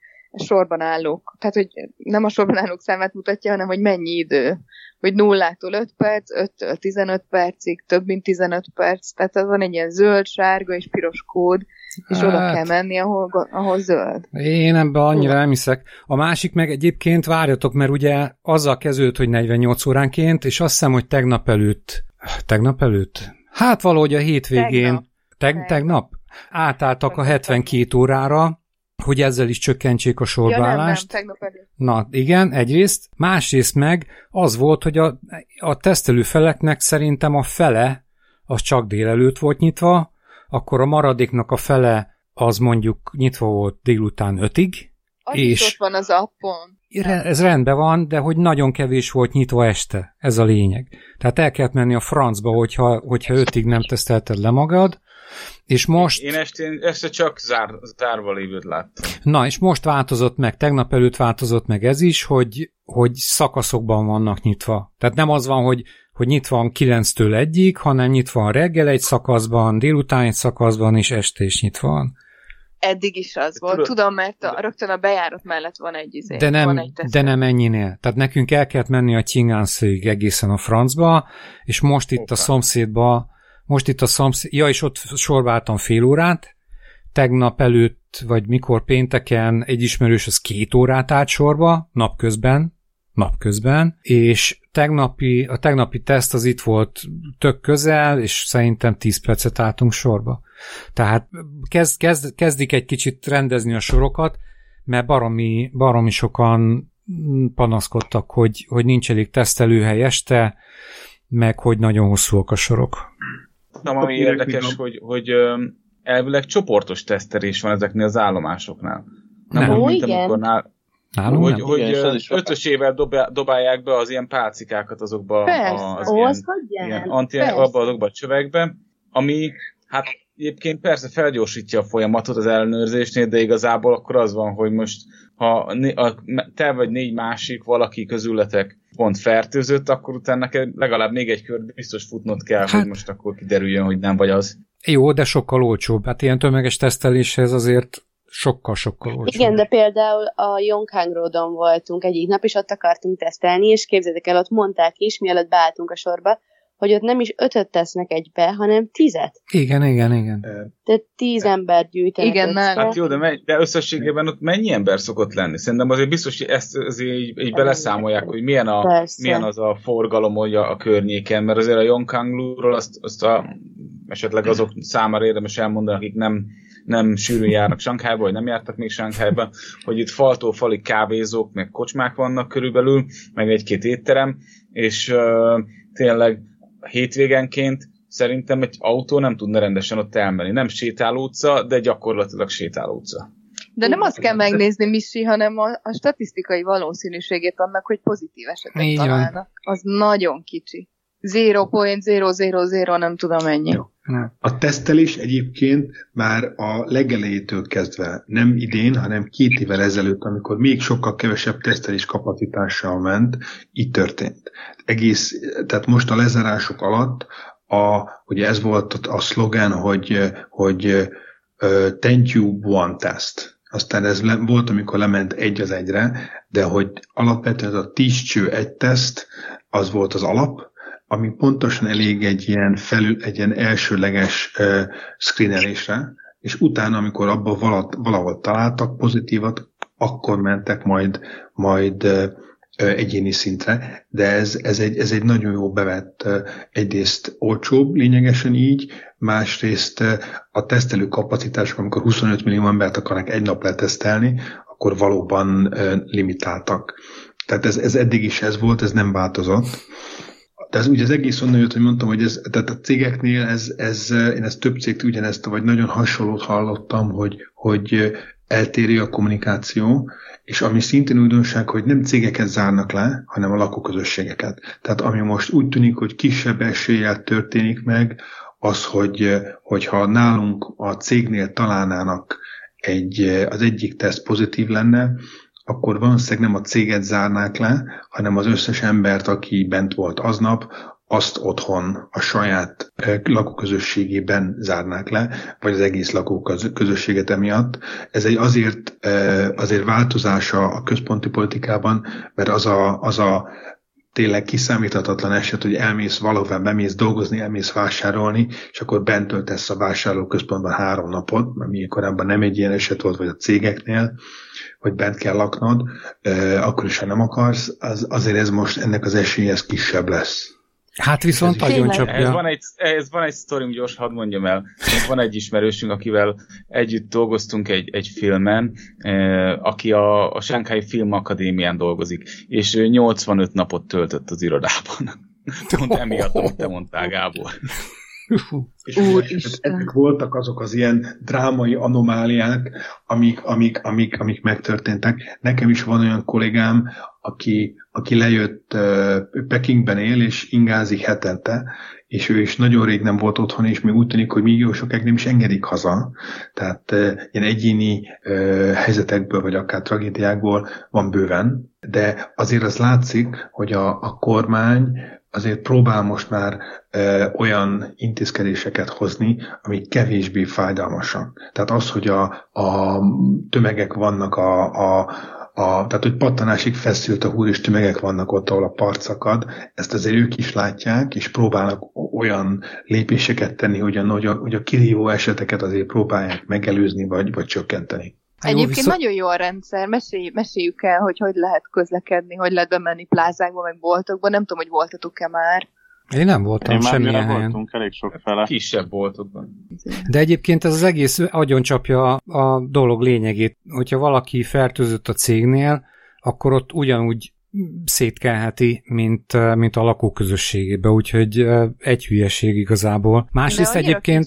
Speaker 3: sorban állók. Tehát, hogy nem a sorban állók számát mutatja, hanem, hogy mennyi idő. Hogy nullától öt perc, öttől tizenöt percig, több mint tizenöt perc. Tehát az van egy ilyen zöld, sárga és piros kód, és hát, oda kell menni, ahol, ahol zöld.
Speaker 4: Én ebben annyira nem hiszek. A másik meg egyébként várjatok, mert ugye azzal kezdődött, hogy negyvennyolc óránként, és azt hiszem, hogy tegnap előtt, tegnap előtt? Hát valahogy a hétvégén,
Speaker 3: tegnap,
Speaker 4: teg, tegnap átálltak a hetvenkét órára, hogy ezzel is csökkentsék a sorbállást.
Speaker 3: Ja, nem, nem, tegnap előtt.
Speaker 4: Na, igen, egyrészt. Másrészt meg az volt, hogy a, a tesztelő feleknek szerintem a fele az csak délelőtt volt nyitva, akkor a maradéknak a fele az mondjuk nyitva volt délután ötig.
Speaker 3: Az és is ott van az appon.
Speaker 4: Ez rendben van, de hogy nagyon kevés volt nyitva este. Ez a lényeg. Tehát el kellett menni a francba, hogyha, hogyha ötig nem tesztelted le magad, és most...
Speaker 2: Én estén, este csak zár, zárva lévőt láttam.
Speaker 4: Na, és most változott meg, tegnap előtt változott meg ez is, hogy, hogy szakaszokban vannak nyitva. Tehát nem az van, hogy, hogy nyitva van kilenctől egyig, hanem nyitva van reggel egy szakaszban, délután egy szakaszban, és este is nyitva van.
Speaker 3: Eddig is az volt. Tudom, mert a, rögtön a bejárat mellett van egy izé.
Speaker 4: De nem,
Speaker 3: van egy
Speaker 4: de nem ennyinél. Tehát nekünk el kellett menni a Csingánszéig egészen a francba, és most itt okay. a szomszédba, most itt a szomszéd, ja, és ott sorbáltam fél órát, tegnap előtt, vagy mikor pénteken egy ismerős az két órát állt sorba, napközben, napközben, és tegnapi, a tegnapi teszt az itt volt tök közel, és szerintem tíz percet álltunk sorba. Tehát kezd, kezd, kezdik egy kicsit rendezni a sorokat, mert baromi, baromi sokan panaszkodtak, hogy, hogy nincs elég tesztelőhely este, meg hogy nagyon hosszúak a sorok.
Speaker 2: Nem, ami érdekes, hogy, hogy elvileg csoportos tesztelés van ezeknél az állomásoknál. Nem,
Speaker 5: Ó,
Speaker 2: úgy,
Speaker 5: igen.
Speaker 2: amikor nál,
Speaker 4: Nálunk
Speaker 2: hogy,
Speaker 4: nem.
Speaker 2: hogy
Speaker 6: Igen,
Speaker 2: ötösével dobál, dobálják be az ilyen pálcikákat azokba
Speaker 3: Persze.
Speaker 2: az
Speaker 5: Ó,
Speaker 2: ilyen,
Speaker 5: az hagyjál.
Speaker 2: ilyen anti,
Speaker 5: Persze.
Speaker 2: abba azokba a csövekbe, ami hát egyébként persze felgyorsítja a folyamatot az ellenőrzésnél, de igazából akkor az van, hogy most ha a, te vagy négy másik valaki közületek pont fertőzött, akkor utána neked legalább még egy kört biztos futnod kell, hát, hogy most akkor kiderüljön, hogy nem vagy az.
Speaker 4: Jó, de sokkal olcsóbb. Hát ilyen tömeges teszteléshez azért sokkal-sokkal olcsóbb.
Speaker 5: Igen, de például a Yonghang Roadon voltunk egyik nap, és ott akartunk tesztelni, és képzeljétek el, ott mondták is, mielőtt beálltunk a sorba, hogy ott nem is ötöt tesznek egybe, hanem tízet.
Speaker 4: Igen, igen, igen.
Speaker 5: Tehát tíz ember gyűjtenek.
Speaker 3: Igen,
Speaker 5: össze.
Speaker 3: már.
Speaker 2: Hát jó, de, me- de összességében ott mennyi ember szokott lenni? Szerintem azért biztos, hogy ezt azért így, így beleszámolják, hogy milyen, a, milyen az a forgalom hogy a, a környéken, mert azért a Yonghang-ról azt, azt a, esetleg azok számára érdemes elmondani, akik nem, nem sűrűn járnak Sankhájba, vagy nem jártak még Sankhájba, hogy itt faltó-fali kávézók, meg kocsmák vannak körülbelül, meg egy-két étterem, és uh, tényleg hétvégenként szerintem egy autó nem tudna rendesen ott elmenni. Nem sétáló utca, de gyakorlatilag sétáló utca.
Speaker 3: De nem azt kell megnézni, Misi, hanem a, a statisztikai valószínűségét annak, hogy pozitív esetet
Speaker 4: Így
Speaker 3: találnak.
Speaker 4: van.
Speaker 3: Az nagyon kicsi. zero point zero zero zero nem tudom ennyi.
Speaker 1: Jó. A tesztelés egyébként már a legelejétől kezdve, nem idén, hanem két évvel ezelőtt, amikor még sokkal kevesebb tesztelés kapacitással ment, így történt. Egész, tehát most a lezárások alatt, a, ugye ez volt a szlogen, hogy, hogy uh, ten tube one test. Aztán ez le, volt, amikor lement egy az egyre, de hogy alapvetően ez a tíz cső egy teszt, az volt az alap, ami pontosan elég egy ilyen, felül, egy ilyen elsőleges uh, screenelésre, és utána, amikor abban valahol, valahol találtak pozitívat, akkor mentek majd, majd uh, egyéni szintre, de ez, ez, egy, ez egy nagyon jó bevett, uh, egyrészt olcsóbb lényegesen így, másrészt uh, a tesztelő kapacitások, amikor huszonöt millió embert akarnak egy nap letesztelni, akkor valóban uh, limitáltak. Tehát ez, ez eddig is ez volt, ez nem változott. De ez ugye az egész onnan jött, hogy mondtam, hogy ez, tehát a cégeknél ez, ez, én ezt több cégtől ugyanezt, vagy nagyon hasonlót hallottam, hogy, hogy eltérő a kommunikáció, és ami szintén újdonság, hogy nem cégeket zárnak le, hanem a lakóközösségeket. Tehát ami most úgy tűnik, hogy kisebb eséllyel történik meg, az, hogy, hogyha nálunk a cégnél találnának egy, az egyik teszt pozitív lenne, akkor valószínűleg nem a céget zárnák le, hanem az összes embert, aki bent volt aznap, azt otthon a saját lakóközösségében zárnák le, vagy az egész lakóközösséget emiatt. Ez egy azért, azért változása a központi politikában, mert az a, az a tényleg kiszámíthatatlan eset, hogy elmész valahová, bemész dolgozni, elmész vásárolni, és akkor bent töltesz a vásárlóközpontban három napot, mert milyen korábban nem egy ilyen eset volt, vagy a cégeknél, hogy bent kell laknod, akkor is, ha nem akarsz, az, azért ez most ennek az esélye ez kisebb lesz.
Speaker 4: Hát viszont nagyon csapja.
Speaker 2: Ez van egy, ez van egy sztorim, gyors, hadd mondjam el. Van egy ismerősünk, akivel együtt dolgoztunk egy, egy filmen, eh, aki a, a Shanghai Film Akadémián dolgozik, és ő nyolcvanöt napot töltött az irodában. Pont emiatt, amit te mondtál, Gábor.
Speaker 1: És ezek voltak azok az ilyen drámai anomáliák, amik, amik, amik, amik megtörténtek. Nekem is van olyan kollégám, aki, aki lejött uh, Pekingben él, és ingázik hetente, és ő is nagyon rég nem volt otthon, és még úgy tűnik, hogy még jó sokáig nem is engedik haza. Tehát uh, ilyen egyéni uh, helyzetekből, vagy akár tragédiákból van bőven, de azért az látszik, hogy a, a kormány azért próbál most már ö, olyan intézkedéseket hozni, amik kevésbé fájdalmasak. Tehát az, hogy a, a tömegek vannak, a, a, a, tehát hogy pattanásig feszült a húr, és tömegek vannak ott, ahol a part szakad, ezt azért ők is látják, és próbálnak olyan lépéseket tenni, hogy a, hogy a, hogy a kirívó eseteket azért próbálják megelőzni, vagy, vagy csökkenteni.
Speaker 3: Egyébként viszont... nagyon jó a rendszer, Mesélj, meséljük el, hogy hogy lehet közlekedni, hogy lehet bemenni plázákba, meg boltokba, nem tudom, hogy voltatok-e már.
Speaker 4: Én nem voltam Én semmilyen helyen.
Speaker 6: Voltunk elég sok fele.
Speaker 2: Kisebb boltokban.
Speaker 4: De egyébként ez az egész agyoncsapja a, a dolog lényegét. Hogyha valaki fertőzött a cégnél, akkor ott ugyanúgy szétkelheti, mint, mint a lakóközösségébe, úgyhogy egy hülyeség igazából. Másrészt egyébként...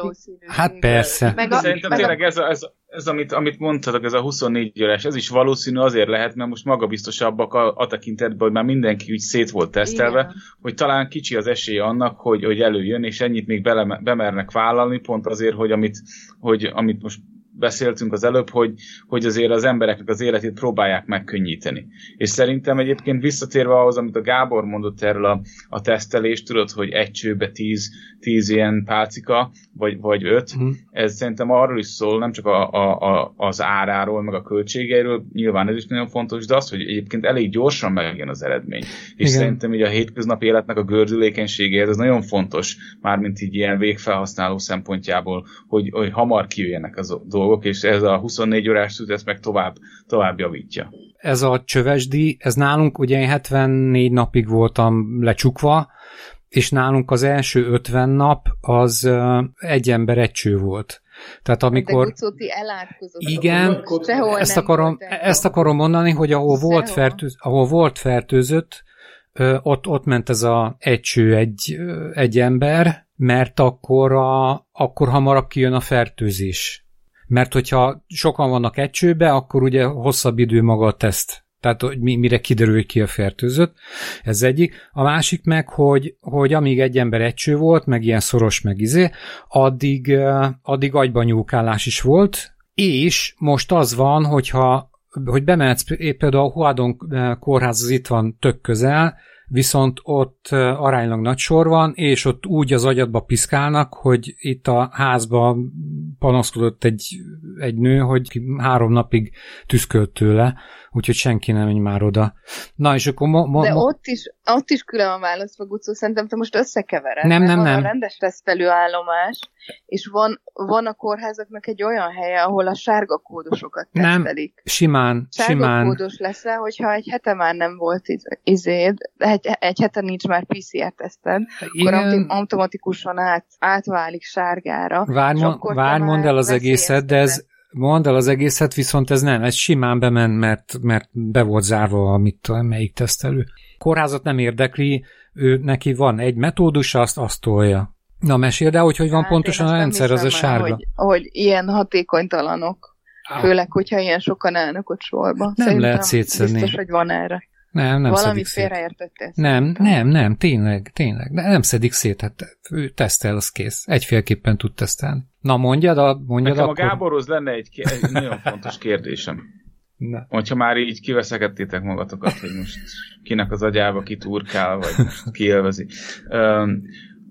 Speaker 4: Hát persze.
Speaker 2: Meg a, Szerintem meg tényleg ez, a, ez, ez amit, amit mondtatok, ez a huszonnégy órás, ez is valószínű azért lehet, mert most magabiztosabbak a, a tekintetben, hogy már mindenki úgy szét volt tesztelve, igen, hogy talán kicsi az esély annak, hogy, hogy előjön, és ennyit még bele, bemernek vállalni, pont azért, hogy amit, hogy, amit most beszéltünk az előbb, hogy, hogy azért az embereknek az életét próbálják megkönnyíteni. És szerintem egyébként visszatérve ahhoz, amit a Gábor mondott erről a, a tesztelést, tudod, hogy egy csőbe tíz, tíz ilyen pálcika, vagy, vagy öt, mm. ez szerintem arról is szól, nem csak a, a, a, az áráról, meg a költségeiről, nyilván ez is nagyon fontos, de az, hogy egyébként elég gyorsan megjön az eredmény. És igen, szerintem így a hétköznapi életnek a gördülékenysége, ez nagyon fontos, mármint így ilyen végfelhasználó szempontjából, hogy, hogy hamar kijöjjenek az dolgok, és ez a huszonnégy órás szünet ezt meg tovább, tovább javítja.
Speaker 4: Ez a csövesdíj, ez nálunk ugye én hetvennégy napig voltam lecsukva, és nálunk az első ötven nap az uh, egy ember egy cső volt. Tehát amikor...
Speaker 3: De Gucó, ti elátkozott.
Speaker 4: Igen, ezt akarom, ezt akarom mondani, hogy ahol volt, fertőz, ahol volt fertőzött, uh, ott, ott ment ez a egy cső egy, uh, egy ember, mert akkor, a, akkor hamarabb kijön a fertőzés. Mert hogyha sokan vannak egy csőbe, akkor ugye hosszabb idő maga a teszt. Tehát hogy mire kiderül, ki a fertőzött. Ez egyik. A másik meg, hogy, hogy amíg egy ember egy cső volt, meg ilyen szoros, meg izé, addig, addig agyban nyúlkálás is volt, és most az van, hogyha hogy bemehetsz, például a Huadong kórház az itt van tök közel, viszont ott aránylag nagy sor van, és ott úgy az agyadba piszkálnak, hogy itt a házban panaszkodott egy, egy nő, hogy három napig tüszkölt tőle, úgyhogy senki nem megy már oda. Na, és akkor mo- mo-
Speaker 3: De ott is, ott is külön van választva, Gucó, szerintem te most összekevered.
Speaker 4: Nem, nem,
Speaker 3: van
Speaker 4: nem.
Speaker 3: a rendes tesztelő állomás, és van, van a kórházaknak egy olyan helye, ahol a sárga kódosokat tesztelik.
Speaker 4: Nem, simán,
Speaker 3: sárga
Speaker 4: simán.
Speaker 3: Sárga kódos leszel, hogyha egy hete már nem volt izéd, egy, egy hete nincs már pé cé er teszted, akkor autom- automatikusan át, átválik sárgára.
Speaker 4: Várj, várj mondd el az egészet, de ez mondd el az egészet, viszont ez nem, ez simán bement, mert, mert be volt zárva a mit, melyik tesztelő. Kórházat nem érdekli, ő, neki van egy metódus, azt, azt tolja. Na, meséld el, hogy hogy van hát pontosan a rendszer, az a sárga.
Speaker 3: Hogy, hogy ilyen hatékonytalanok, ah. főleg, hogyha ilyen sokan állnak ott sorba.
Speaker 4: Nem
Speaker 3: Szerintem
Speaker 4: lehet szétszedni.
Speaker 3: Biztos, hogy van erre.
Speaker 4: Nem, nem
Speaker 3: Valami félreértette.
Speaker 4: Nem, nem, nem, tényleg, tényleg. Nem szedik szét, hát ő tesztel, az kész. Egyféleképpen tud tesztelni. Na, mondjad, a, mondjad
Speaker 2: Nekem
Speaker 4: akkor...
Speaker 2: a Gáborhoz lenne egy, egy nagyon fontos kérdésem. Na. Hogyha már így kiveszekedtétek magatokat, hogy most kinek az agyába kiturkál, vagy most kiélvezi. Um,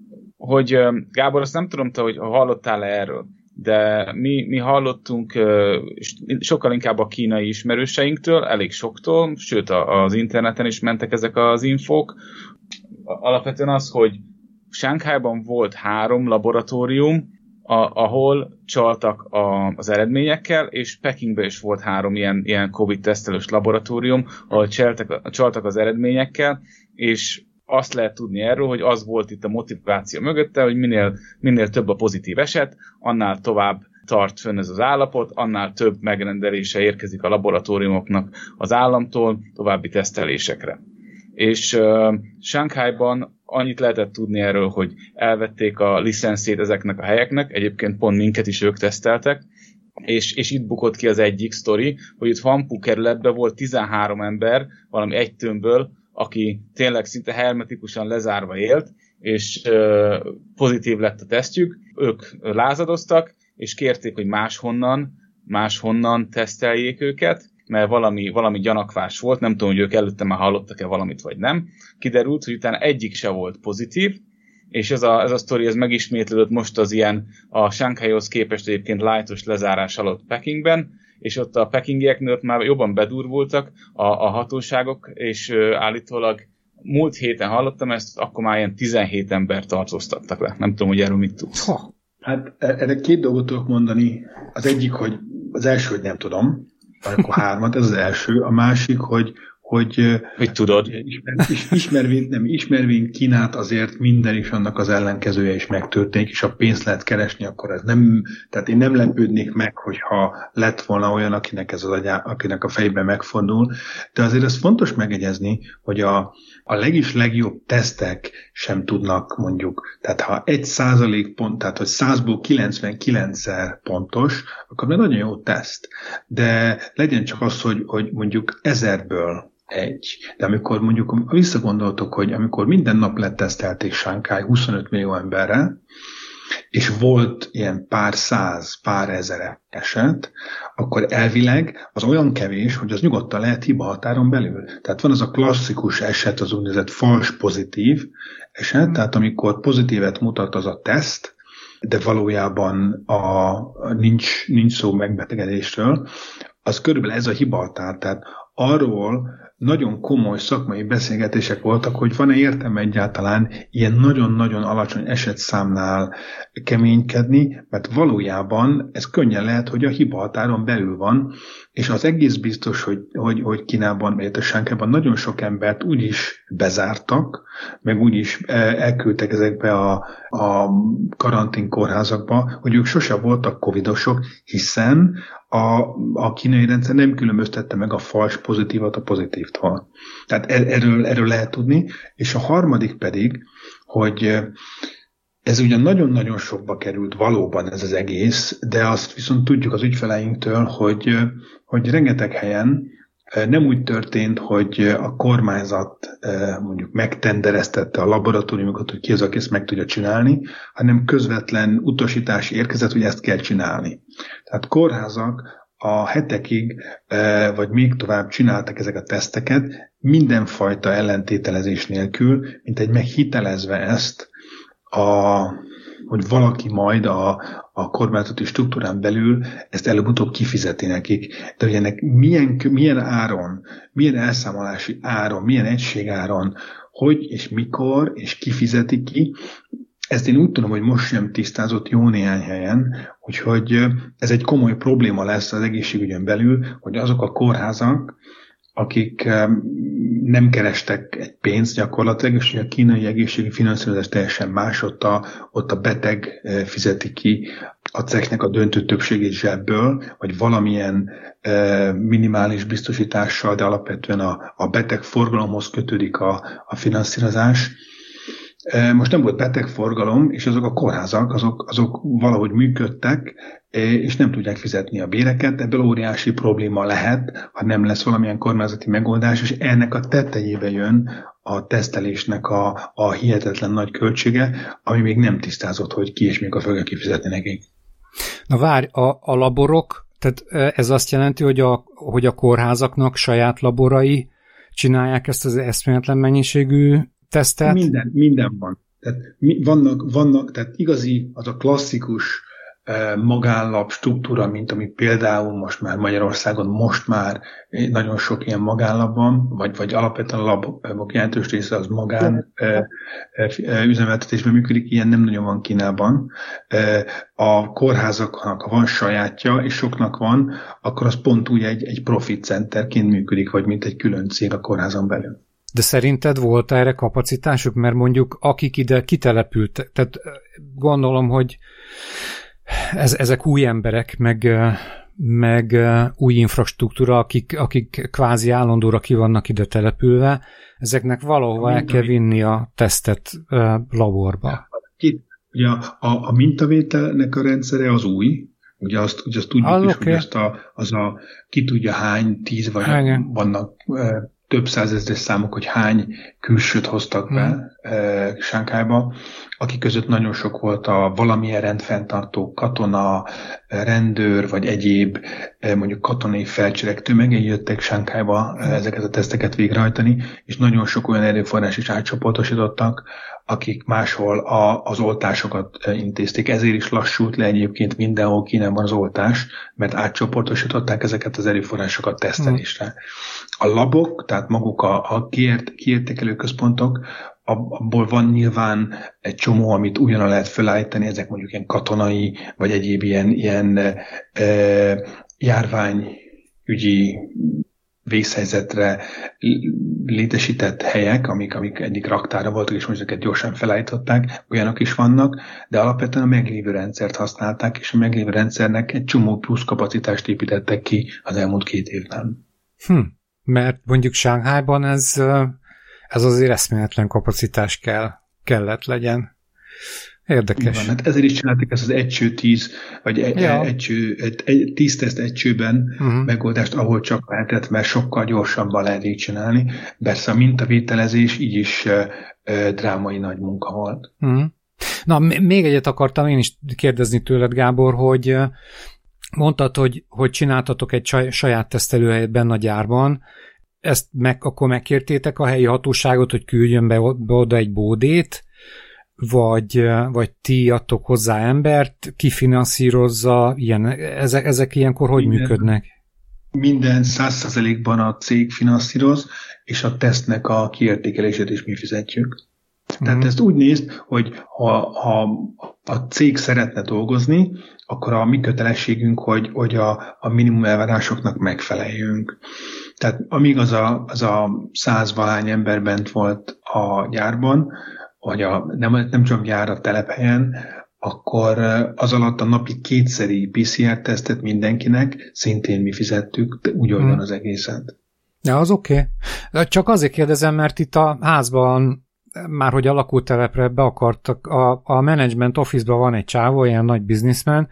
Speaker 2: hogy um, Gábor, azt nem tudom te, hogy hallottál erről, de mi, mi hallottunk uh, sokkal inkább a kínai ismerőseinktől, elég soktól, sőt az interneten is mentek ezek az infók. Alapvetően az, hogy Shanghaiban volt három laboratórium, a, ahol csaltak a, az eredményekkel, és Pekingben is volt három ilyen, ilyen Covid-tesztelős laboratórium, ahol csaltak, csaltak az eredményekkel, és azt lehet tudni erről, hogy az volt itt a motiváció mögötte, hogy minél, minél több a pozitív eset, annál tovább tart fönn ez az állapot, annál több megrendelése érkezik a laboratóriumoknak az államtól további tesztelésekre. És uh, Shanghaiban annyit lehetett tudni erről, hogy elvették a licenszét ezeknek a helyeknek, egyébként pont minket is ők teszteltek, és, és itt bukott ki az egyik sztori, hogy itt Vanpu kerületben volt tizenhárom ember, valami egy tömbből, aki tényleg szinte hermetikusan lezárva élt, és uh, pozitív lett a tesztjük, ők lázadoztak, és kérték, hogy máshonnan, máshonnan teszteljék őket, mert valami, valami gyanakvás volt, nem tudom, hogy ők előtte már hallottak-e valamit, vagy nem. Kiderült, hogy utána egyik se volt pozitív, és ez a, ez a sztori ez megismétlődött most az ilyen a Shanghaihoz képest egyébként lightos lezárás alatt Pekingben, és ott a pekingieknél ott már jobban bedurvultak a, a hatóságok, és ö, állítólag múlt héten hallottam ezt, akkor már ilyen tizenhét ember tartóztattak le. Nem tudom, hogy erről mit tudsz.
Speaker 1: Ha. Hát erre két dolgot tudok mondani. Az egyik, hogy az első, hogy nem tudom, akkor hármat, ez az első. A másik, hogy hogy,
Speaker 2: hogy tudod.
Speaker 1: Ismer, ismervén, nem, ismervén Kínát azért minden is annak az ellenkezője is megtörténik, és a pénzt lehet keresni, akkor ez nem, tehát én nem lepődnék meg, hogyha lett volna olyan, akinek ez az agyá, akinek a fejben megfordul, de azért ez fontos megegyezni, hogy a, a legis legjobb tesztek sem tudnak mondjuk, tehát ha egy százalék pont, tehát hogy százból kilencvenkilencszer pontos, akkor már nagyon jó teszt, de legyen csak az, hogy, hogy mondjuk ezerből egy. De amikor mondjuk visszagondoltok, hogy amikor minden nap letesztelték Shanghai huszonöt millió emberre, és volt ilyen pár száz, pár ezer eset, akkor elvileg az olyan kevés, hogy az nyugodtan lehet hiba határon belül. Tehát van az a klasszikus eset, az úgynevezett fals pozitív eset, tehát amikor pozitívet mutat az a teszt, de valójában a, nincs, nincs szó megbetegedésről, az körülbelül ez a hiba határ. Tehát arról nagyon komoly szakmai beszélgetések voltak, hogy van-e értelme egyáltalán ilyen nagyon-nagyon alacsony esetszámnál keménykedni, mert valójában ez könnyen lehet, hogy a hiba határon belül van, és az egész biztos, hogy, hogy, hogy Kínában, vagy a Shanghaiban nagyon sok embert úgyis bezártak, meg úgyis elküldtek ezekbe a, a karanténkórházakba, hogy ők sose voltak covidosok, hiszen a, a kínai rendszer nem különböztette meg a fals pozitívat a pozitívtól. Tehát erről, erről lehet tudni. És a harmadik pedig, hogy ez ugyan nagyon-nagyon sokba került valóban ez az egész, de azt viszont tudjuk az ügyfeleinktől, hogy, hogy rengeteg helyen nem úgy történt, hogy a kormányzat mondjuk megtendereztette a laboratóriumokat, hogy ki az, aki ezt meg tudja csinálni, hanem közvetlen utasítás érkezett, hogy ezt kell csinálni. Tehát kórházak a hetekig, vagy még tovább csináltak ezek a teszteket, mindenfajta ellentételezés nélkül, mint egy meghitelezve ezt, a, hogy valaki majd a, a kormányzati struktúrán belül ezt előbb-utóbb kifizeti nekik. De hogy ennek milyen, milyen áron, milyen elszámolási áron, milyen egységáron, hogy és mikor, és kifizeti ki, ezt én úgy tudom, hogy most sem tisztázott jó néhány helyen, úgyhogy ez egy komoly probléma lesz az egészségügyön belül, hogy azok a kórházak, akik nem kerestek egy pénzt gyakorlatilag, és a kínai egészségügyi finanszírozás teljesen más, ott a, ott a beteg fizeti ki a cégnek a döntő többségét zsebből, vagy valamilyen e, minimális biztosítással, de alapvetően a, a beteg forgalomhoz kötődik a, a finanszírozás. E, most nem volt betegforgalom, és azok a kórházak, azok, azok valahogy működtek, és nem tudják fizetni a béreket. Ebből óriási probléma lehet, ha nem lesz valamilyen kormányzati megoldás, és ennek a tetejébe jön a tesztelésnek a, a hihetetlen nagy költsége, ami még nem tisztázott, hogy ki és mikor fogja kifizetni nekik.
Speaker 4: Na várj, a, a laborok, tehát ez azt jelenti, hogy a, hogy a kórházaknak saját laborai csinálják ezt az eszméletlen mennyiségű tesztet?
Speaker 1: Minden, minden van. Tehát vannak, vannak, tehát igazi, az a klasszikus magánlab struktúra, mint ami például most már Magyarországon most már nagyon sok ilyen magánlab van, vagy, vagy alapvetően a labok jelentős része az magán üzemeltetésben működik, ilyen nem nagyon van Kínában. A kórházaknak, ha van sajátja, és soknak van, akkor az pont úgy egy, egy profit centerként működik, vagy mint egy külön cég a kórházon belül.
Speaker 4: De szerinted volt erre kapacitásuk? Mert mondjuk akik ide kitelepültek, tehát gondolom, hogy ez, ezek új emberek, meg, meg új infrastruktúra, akik, akik kvázi állandóra ki vannak ide települve, ezeknek valahova el kell vinni a tesztet laborba.
Speaker 1: Ugye a, a, a mintavételnek a rendszere az új, ugye azt, ugye azt tudjuk az is, okay. Hogy azt a, az a ki tudja hány, tíz vagy Hány. vannak e, több százezres számok, hogy hány külsőt hoztak be hmm. e, Sánkhájba, akik között nagyon sok volt a valamilyen rendfenntartó katona, rendőr, vagy egyéb e, mondjuk katonai felcserek tömegei jöttek Sánkhájba e, ezeket a teszteket végrehajtani, és nagyon sok olyan erőforrás is átcsoportosítottak, akik máshol a, az oltásokat intézték. Ezért is lassult le egyébként mindenhol Kínában az oltás, mert átcsoportosították ezeket az erőforrásokat tesztelésre. A labok, tehát maguk a, a kiért, kiértékelő központok, abból van nyilván egy csomó, amit ugyan lehet felállítani, ezek mondjuk ilyen katonai, vagy egyéb ilyen, ilyen e, járványügyi vészhelyzetre létesített helyek, amik, amik egyik raktára voltak, és most ezeket gyorsan felállították, olyanok is vannak, de alapvetően a meglévő rendszert használták, és a meglévő rendszernek egy csomó plusz kapacitást építettek ki az elmúlt két évben.
Speaker 4: Hm, mert mondjuk Sánkhájban ez, ez azért eszméletlen kapacitás kell, kellett legyen. Érdekes.
Speaker 1: Van, hát ezért is csináltak ezt az egycső tíz, vagy ja. egycső, egy, egy, tíz teszt egycsőben uh-huh. megoldást, ahol csak lehetett, mert sokkal gyorsabban lehet így csinálni. Persze a mintavételezés így is uh, uh, drámai nagy munka volt.
Speaker 4: Uh-huh. Na, m- még egyet akartam én is kérdezni tőled, Gábor, hogy uh, mondtad, hogy, hogy csináltatok egy saj, saját tesztelőhelyet benne a gyárban, ezt meg, akkor megkértétek a helyi hatóságot, hogy küldjön be, be oda egy bódét, vagy, vagy ti adtok hozzá embert, kifinanszírozza, ilyen, ezek, ezek ilyenkor hogy minden, működnek?
Speaker 1: Minden száz százalékban a cég finanszíroz, és a tesztnek a kiértékelését is mi fizetjük. Mm. Tehát ezt úgy nézd, hogy ha, ha a cég szeretne dolgozni, akkor a mi kötelességünk, hogy, hogy a, a minimum elvárásoknak megfeleljünk. Tehát amíg az a, az a százvalány ember bent volt a gyárban, vagy a, nem, nem csak gyár a telephelyen, akkor az alatt a napi kétszeri pé cé er tesztet mindenkinek szintén mi fizettük, de úgy hmm. az egészet.
Speaker 4: Ja, az oké. Okay. Csak azért kérdezem, mert itt a házban, már hogy a lakótelepre be akartak, a, a management office-ban van egy csávó, ilyen nagy businessman,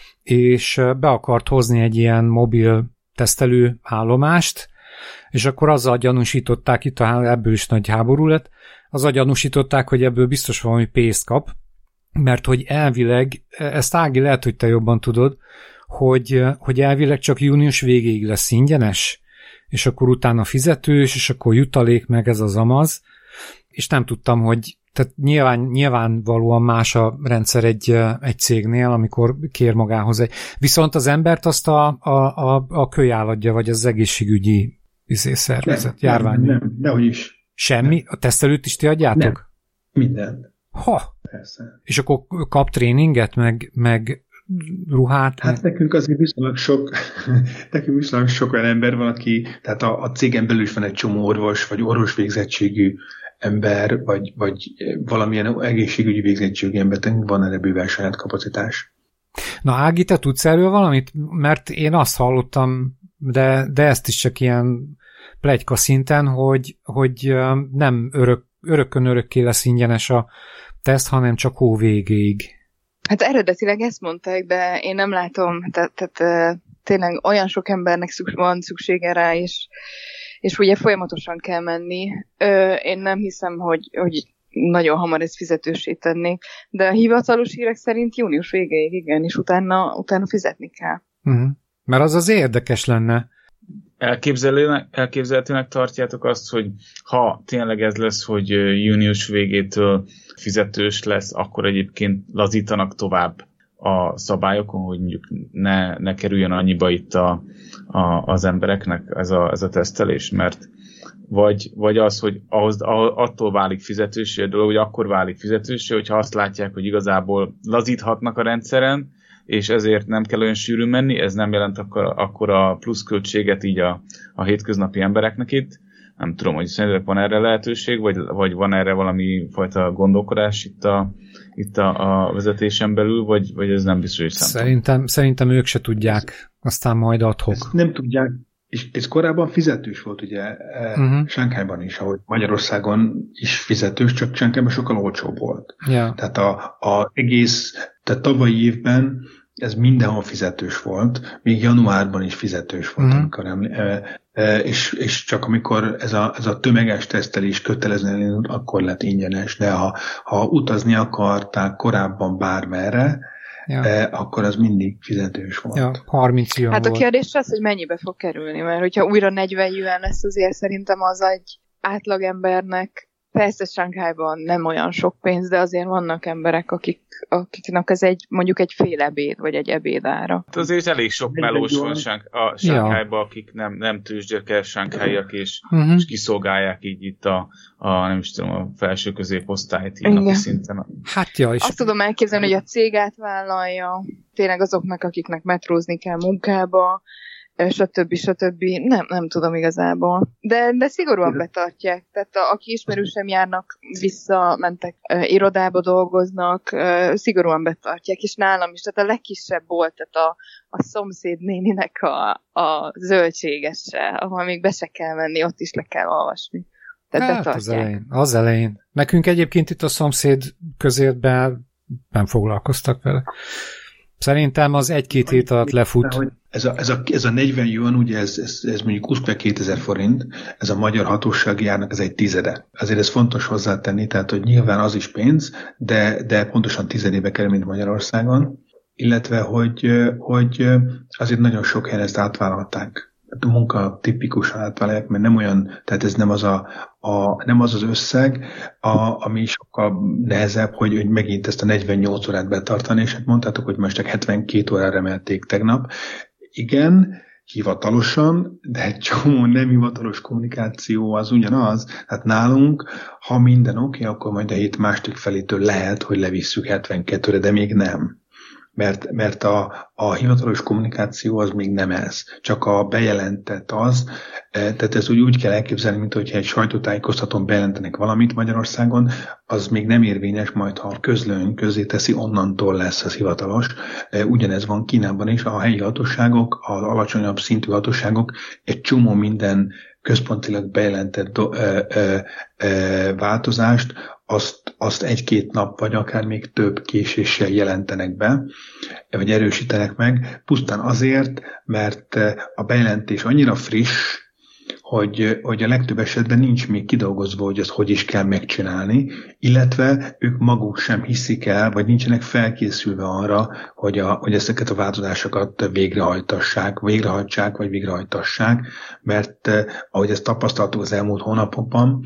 Speaker 4: és be akart hozni egy ilyen mobil tesztelő állomást, és akkor azzal gyanúsították, itt a, ebből is nagy háború lett, azzal gyanúsították, hogy ebből biztos valami pénzt kap, mert hogy elvileg, ezt Ági lehet, hogy te jobban tudod, hogy, hogy elvileg csak június végéig lesz ingyenes, és akkor utána fizetős, és akkor jutalék meg ez az amaz, és nem tudtam, hogy tehát nyilván, nyilvánvalóan más a rendszer egy, egy cégnél, amikor kér magához egy. Viszont az embert azt a, a, a, a kölyál adja, vagy az egészségügyi izé, szervezet,
Speaker 1: nem,
Speaker 4: járvány.
Speaker 1: Nem, nem, dehogy is.
Speaker 4: Semmi? Nem. A tesztelőt is ti adjátok?
Speaker 1: Nem. Minden.
Speaker 4: Ha!
Speaker 1: Persze.
Speaker 4: És akkor kap tréninget, meg, meg ruhát?
Speaker 1: Hát meg... nekünk azért viszonylag sok, nekünk viszonylag sok olyan ember van, aki, tehát a, a cégen belül is van egy csomó orvos, vagy orvosvégzettségű ember, vagy, vagy valamilyen egészségügyi végzettségű ember, van erre bőven saját kapacitás.
Speaker 4: Na Ági, te tudsz erről valamit? Mert én azt hallottam, de, de ezt is csak ilyen pletyka szinten, hogy, hogy nem örök, örökön örökké lesz ingyenes a teszt, hanem csak hó végéig.
Speaker 3: Hát eredetileg ezt mondták, de én nem látom, tehát, tehát tényleg olyan sok embernek van szüksége rá, és, és ugye folyamatosan kell menni. Én nem hiszem, hogy, hogy nagyon hamar ezt fizetősé tennék, de a hivatalos hírek szerint június végéig, igen, és utána, utána fizetni kell.
Speaker 4: Uh-huh. Mert az az érdekes lenne.
Speaker 2: Elképzelőnek, elképzelhetőnek tartjátok azt, hogy ha tényleg ez lesz, hogy június végétől fizetős lesz, akkor egyébként lazítanak tovább a szabályokon, hogy mondjuk ne, ne kerüljön annyiba itt a, a, az embereknek ez a, ez a tesztelés, mert vagy, vagy az, hogy ahhoz, attól válik fizetősé a dolog, hogy akkor válik fizetősé, hogyha azt látják, hogy igazából lazíthatnak a rendszeren, és ezért nem kell olyan sűrűn menni, ez nem jelent akkor, akkor a pluszköltséget így a, a hétköznapi embereknek itt, Nem tudom, hogy szerintetek van erre lehetőség, vagy, vagy van erre valami fajta gondolkodás itt a, itt a, a vezetésen belül, vagy, vagy ez nem biztos, hogy szempont?
Speaker 4: Szerintem, szerintem ők se tudják, aztán majd adhok.
Speaker 1: Ezt nem tudják, és ez korábban fizetős volt, ugye, uh-huh. Sánkhájban is, ahogy Magyarországon is fizetős, csak Sánkhájban sokkal olcsóbb volt.
Speaker 4: Yeah.
Speaker 1: Tehát a, a egész, tehát tavalyi évben ez mindenhol fizetős volt, még januárban is fizetős volt, uh-huh. amikor eml- és, és csak amikor ez a, ez a tömeges tesztelés kötelezően, akkor lett ingyenes, de ha, ha utazni akarták korábban bármerre, ja. eh, akkor az mindig fizetős volt.
Speaker 4: Ja, harminc yuan
Speaker 3: Hát a
Speaker 4: volt.
Speaker 3: kérdés az, hogy mennyibe fog kerülni, mert hogyha újra negyven yuan lesz, azért szerintem az egy átlagembernek, persze Sánkhájban nem olyan sok pénz, de azért vannak emberek, akik, akiknek ez egy, mondjuk egy fél ebéd, vagy egy ebédára.
Speaker 2: Hát azért elég sok melós van a Sánkhájban, akik nem, nem tőzsdekes sánkháiak, és, uh-huh. és kiszolgálják így itt a, a, nem is tudom, a felső középosztályt így napi szinten.
Speaker 4: Hát ja, és...
Speaker 3: Azt tudom elképzelni, hogy a cég átvállalja, tényleg azoknak, akiknek metrózni kell munkába, stb. stb. Nem, nem tudom igazából. De, de szigorúan betartják. Tehát a, aki ismerősem járnak, visszamentek, uh, irodába dolgoznak, uh, szigorúan betartják, és nálam is. Tehát a legkisebb volt, tehát a, a szomszéd néninek a, a zöldségese, ahol még be se kell menni, ott is le kell olvasni. Tehát
Speaker 4: hát
Speaker 3: betartják.
Speaker 4: Az elején, az elején. Nekünk egyébként itt a szomszéd közértben nem foglalkoztak vele. Szerintem az egy-két hét alatt lefut.
Speaker 1: Ez a, ez a, ez a negyven yuan, ugye ez, ez, ez mondjuk úszkve kétezer forint, ez a magyar hatósági árnak ez egy tizede. Azért ez fontos hozzátenni, tehát hogy nyilván az is pénz, de, de pontosan tizedébe kerül, mint Magyarországon, illetve hogy, hogy azért nagyon sok helyen ezt átvállalták. A munka tipikusan átvállalják, mert nem olyan, tehát ez nem az a, a, nem az, az összeg, a, ami sokkal nehezebb, hogy, hogy megint ezt a negyvennyolc órát betartani, és hát mondtátok, hogy most csak hetvenkét órára emelték tegnap. Igen, hivatalosan, de egy csomó nem hivatalos kommunikáció az ugyanaz. Hát nálunk, ha minden oké, okay, akkor majd a hét második felétől lehet, hogy levisszük hetvenkettőre, de még nem. Mert, mert a, a hivatalos kommunikáció az még nem ez, csak a bejelentett az, tehát ez úgy, úgy kell elképzelni, mint hogyha egy sajtótájékoztatón bejelentenek valamit Magyarországon, az még nem érvényes, majd ha a közlöny közé teszi, onnantól lesz az hivatalos. Ugyanez van Kínában is, a helyi hatóságok, az alacsonyabb szintű hatóságok egy csomó minden központilag bejelentett do, ö, ö, ö, változást, azt, azt egy-két nap, vagy akár még több késéssel jelentenek be, vagy erősítenek meg, pusztán azért, mert a bejelentés annyira friss, hogy, hogy a legtöbb esetben nincs még kidolgozva, hogy ezt hogy is kell megcsinálni, illetve ők maguk sem hiszik el, vagy nincsenek felkészülve arra, hogy, a, hogy ezeket a változásokat végrehajtassák, végrehajtsák, vagy végrehajtassák, mert ahogy ezt tapasztaltuk az elmúlt hónapokban,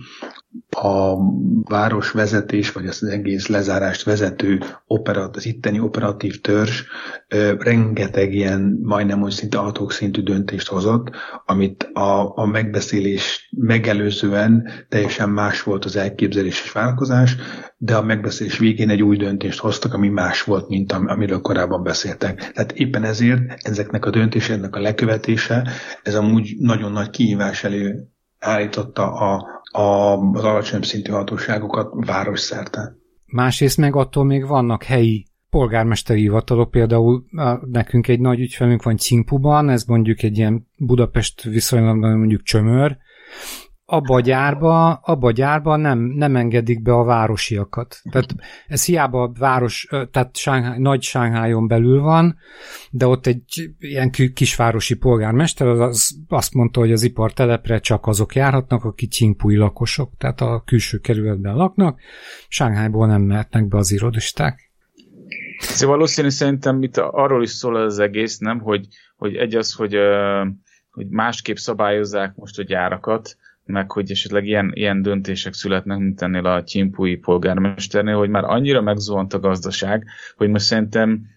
Speaker 1: a városvezetés, vagy az egész lezárást vezető operat, az itteni operatív törzs ö, rengeteg ilyen, majdnem hogy szinte adhok szintű döntést hozott, amit a, a megbeszélés megelőzően teljesen más volt az elképzelés és vállalkozás, de a megbeszélés végén egy új döntést hoztak, ami más volt, mint am, amiről korábban beszéltek. Tehát éppen ezért ezeknek a döntéseknek a lekövetése, ez amúgy nagyon nagy kihívás elő állította a, a, az alacsonyabb szintű hatóságokat városszerte.
Speaker 4: Másrészt meg attól még vannak helyi polgármesteri hivatalok, például nekünk egy nagy ügyfelünk van Cingpuban, ez mondjuk egy ilyen Budapest viszonylatban mondjuk Csömör, abba a gyárba, abba a gyárba nem, nem engedik be a városiakat. Tehát ez hiába a város, tehát Shanghai, nagy Shanghaion belül van, de ott egy ilyen kisvárosi polgármester az, az azt mondta, hogy az ipartelepre csak azok járhatnak, akik Qingpui lakosok, tehát a külső kerületben laknak, Shanghaiból nem mehetnek be az irodisták.
Speaker 2: Szóval valószínű szerintem itt arról is szól az egész, nem, hogy, hogy egy az, hogy, hogy másképp szabályozzák most a gyárakat, meg hogy esetleg ilyen, ilyen döntések születnek, mint ennél a Qingpui polgármesternél, hogy már annyira megzuhant a gazdaság, hogy most szerintem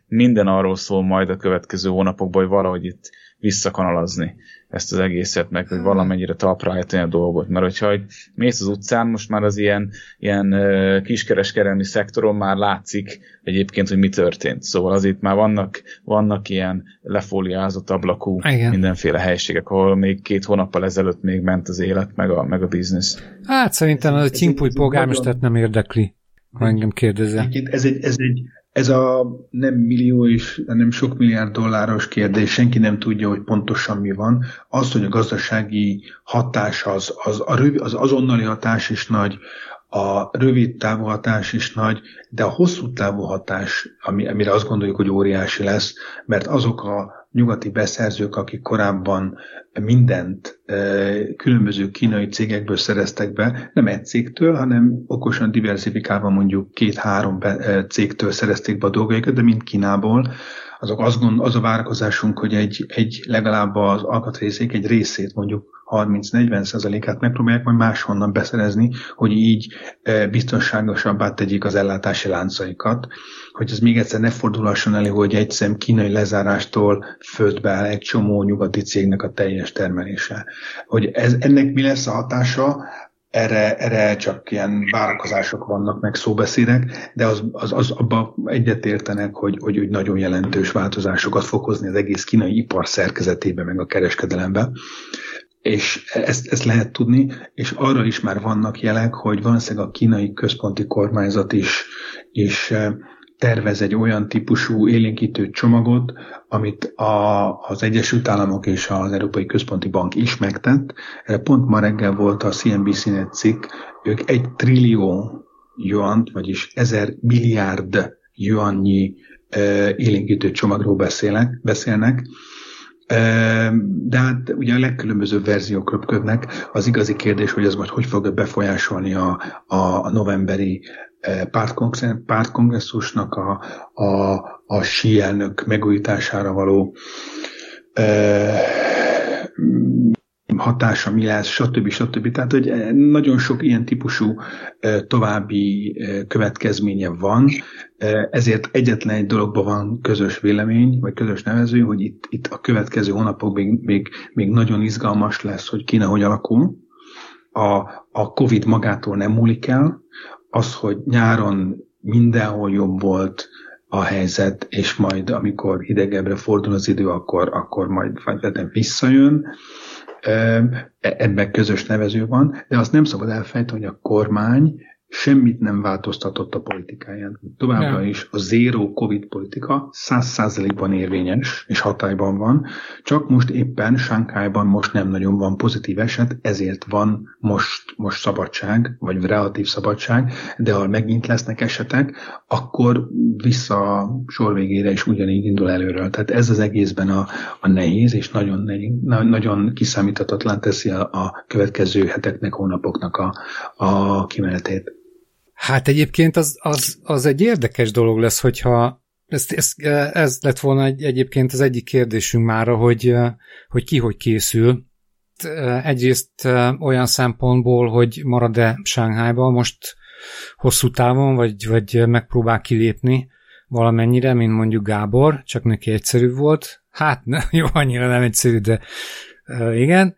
Speaker 2: minden arról szól majd a következő hónapokban, hogy valahogy itt visszakanalazni ezt az egészet, meg hogy valamennyire talpra állítani a dolgot. Mert hogyha hogy mész az utcán, most már az ilyen, ilyen uh, kiskereskedelmi szektoron már látszik egyébként, hogy mi történt. Szóval azért már vannak, vannak ilyen lefóliázott ablakú igen. mindenféle helységek, ahol még két hónappal ezelőtt még ment az élet, meg a, meg a biznisz.
Speaker 4: Hát szerintem a Csimpúj polgármestert nem érdekli, ha engem kérdezze.
Speaker 1: Ez egy, ez egy Ez a nem millió és nem sok milliárd dolláros kérdés, senki nem tudja, hogy pontosan mi van. Az, hogy a gazdasági hatás, az, az, a rövid, az azonnali hatás is nagy, a rövid távú hatás is nagy, de a hosszú távú hatás, ami, amire azt gondoljuk, hogy óriási lesz, mert azok a nyugati beszerzők, akik korábban mindent különböző kínai cégekből szereztek be, nem egy cégtől, hanem okosan diversifikálva mondjuk két-három cégtől szerezték be a dolgaikat, de mind Kínából. Azok az, gond, az a várakozásunk, hogy egy, egy legalább az alkatrészék egy részét, mondjuk harminc-negyven százalékát megpróbálják majd máshonnan beszerezni, hogy így biztonságosabbá tegyék az ellátási láncaikat, hogy ez még egyszer ne fordulhasson elő, hogy egyszer kínai lezárástól földbe áll egy csomó nyugati cégnek a teljes termelése. Hogy ez, ennek mi lesz a hatása, erre, erre csak ilyen várakozások vannak, meg szóbeszédek, de az, az, az abban egyetértenek, hogy, hogy, hogy nagyon jelentős változásokat fog hozni az egész kínai ipar szerkezetében, meg a kereskedelemben. És ezt, ezt lehet tudni, és arra is már vannak jelek, hogy valószínűleg a kínai központi kormányzat is, is tervez egy olyan típusú élénkítő csomagot, amit a, az Egyesült Államok és az Európai Központi Bank is megtett. Pont ma reggel volt a cé en bé cé net cikk, ők egy trillió yuant, vagyis ezer milliárd yuannyi élénkítő csomagról beszélnek, beszélnek. De hát ugye a legkülönbözőbb verziók röpködnek. Az igazi kérdés, hogy ez majd hogy fog befolyásolni a, a novemberi pártkongresszusnak a, a, a sí elnök megújítására való hatása mi lesz, stb. stb. Tehát, hogy nagyon sok ilyen típusú további következménye van, ezért egyetlen egy dologban van közös vélemény, vagy közös nevező, hogy itt, itt a következő hónapok még, még, még nagyon izgalmas lesz, hogy Kína hogy alakul. A, a Covid magától nem múlik el, az, hogy nyáron mindenhol jobb volt a helyzet, és majd amikor hidegebbre fordul az idő, akkor, akkor majd visszajön. Ebben közös nevező van, de azt nem szabad elfelejteni, hogy a kormány semmit nem változtatott a politikáján. Továbbra nem. is a zéró Covid politika száz százalékban érvényes és hatályban van, csak most éppen Sánkhájban most nem nagyon van pozitív eset, ezért van most, most szabadság, vagy relatív szabadság, de ha megint lesznek esetek, akkor vissza a sor végére is ugyanígy indul előről. Tehát ez az egészben a, a nehéz, és nagyon, nagyon kiszámíthatatlan teszi a, a következő heteknek, hónapoknak a, a kimenetét.
Speaker 4: Hát egyébként az, az, az egy érdekes dolog lesz, hogyha ez, ez, ez lett volna egy, egyébként az egyik kérdésünk mára, hogy, hogy ki hogy készül. Egyrészt olyan szempontból, hogy marad-e Sánkhájban most hosszú távon, vagy, vagy megpróbál kilépni valamennyire, mint mondjuk Gábor, csak neki egyszerű volt. Hát ne, jó, annyira nem egyszerű, de igen.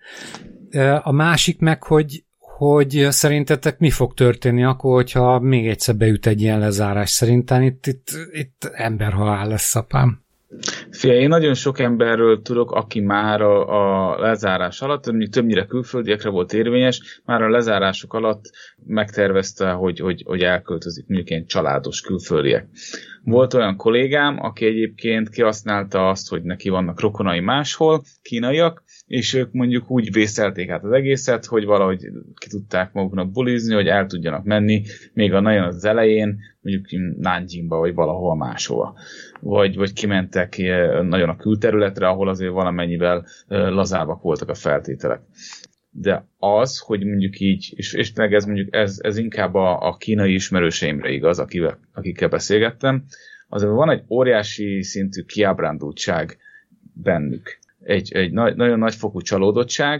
Speaker 4: A másik meg, hogy hogy szerintetek mi fog történni akkor, hogyha még egyszer beüt egy ilyen lezárás. Szerintem itt, itt, itt emberhalál lesz, apám.
Speaker 2: Fia, én nagyon sok emberről tudok, aki már a, a lezárás alatt, többnyire külföldiekre volt érvényes, már a lezárások alatt megtervezte, hogy, hogy, hogy elköltözik, mondjuk ilyen családos külföldiek. Volt olyan kollégám, aki egyébként kihasználta azt, hogy neki vannak rokonai máshol, kínaiak, és ők mondjuk úgy vészelték át az egészet, hogy valahogy ki tudták maguknak bulizni, hogy el tudjanak menni, még a nagyon az elején, mondjuk Nanjingba, vagy valahol máshova. Vagy, vagy kimentek nagyon a külterületre, ahol azért valamennyivel lazábbak voltak a feltételek. De az, hogy mondjuk így, és, és meg ez mondjuk ez, ez inkább a, a kínai ismerőseimre igaz, akivel, akikkel beszélgettem, azért van egy óriási szintű kiábrándultság bennük. Egy, egy nagy, nagyon nagyfokú csalódottság,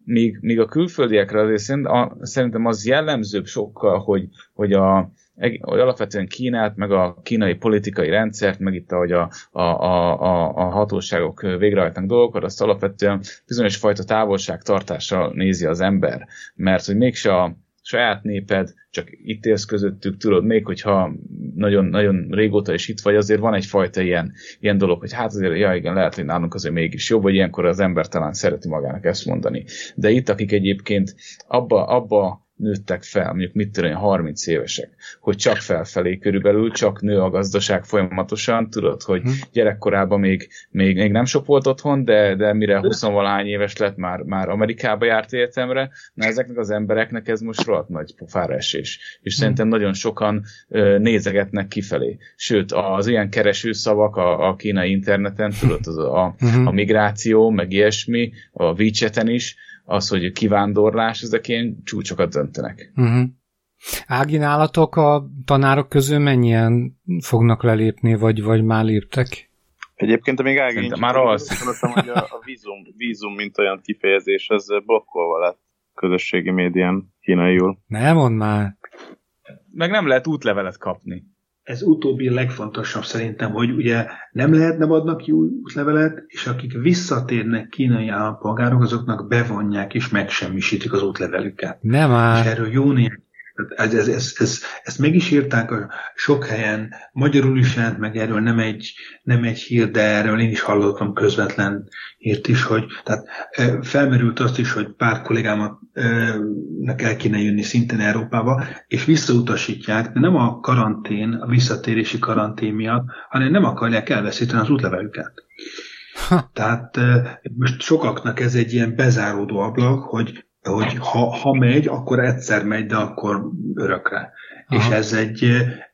Speaker 2: míg, míg a külföldiekre azért szerintem az jellemzőbb sokkal, hogy, hogy a hogy alapvetően Kínát, meg a kínai politikai rendszert, meg itt, ahogy a, a, a, a hatóságok végrehajtanak dolgokat, azt alapvetően bizonyos fajta távolságtartással nézi az ember. Mert hogy mégse a saját néped, csak itt élsz közöttük, tudod, még hogyha nagyon, nagyon régóta is itt vagy, azért van egyfajta ilyen, ilyen dolog, hogy hát azért, ja igen, lehet, hogy nálunk azért mégis jobb, vagy ilyenkor az ember talán szereti magának ezt mondani. De itt, akik egyébként abba, abba nőttek fel, mondjuk mit tudom, harminc évesek, hogy csak felfelé körülbelül, csak nő a gazdaság folyamatosan, tudod, hogy gyerekkorában még, még, még nem sok volt otthon, de, de mire huszonvalahány éves lett, már, már Amerikába járt egyetemre, na ezeknek az embereknek ez most rohadt nagy pofára esés. És szerintem nagyon sokan ö, nézegetnek kifelé. Sőt, az ilyen keresőszavak a, a kínai interneten, tudod, az a, a migráció, meg ilyesmi, a WeChat-en is, az, hogy kivándorlás, ezek ilyen csúcsokat döntenek.
Speaker 4: Uh-huh. Ági, nálatok a tanárok közül mennyien fognak lelépni, vagy, vagy már léptek?
Speaker 6: Egyébként még Ági nincs,
Speaker 2: már az.
Speaker 6: Mondtam, hogy a, a vízum, vízum, mint olyan kifejezés, az blokkolva lett közösségi médián kínaiul.
Speaker 4: Ne mondd már!
Speaker 2: Meg nem lehet útlevelet kapni.
Speaker 1: Ez utóbbi a legfontosabb szerintem, hogy ugye nem lehet, nem adnak ki útlevelet, és akik visszatérnek kínai állampolgárok, azoknak bevonják és megsemmisítik az útlevelüket.
Speaker 4: Nem már.
Speaker 1: És erről jó néhány. Ez, ez, ez, ez, ezt meg is írták a sok helyen, magyarul is jelent meg erről, nem egy, nem egy hír, de erről én is hallottam közvetlen hírt is, hogy tehát felmerült azt is, hogy pár kollégámat el kéne jönni szintén Európába, és visszautasítják, de nem a karantén, a visszatérési karantén miatt, hanem nem akarják elveszíteni az útlevelüket. Ha. Tehát most sokaknak ez egy ilyen bezáródó ablak, hogy hogy ha, ha megy, akkor egyszer megy, de akkor örökre. Aha. És ez egy,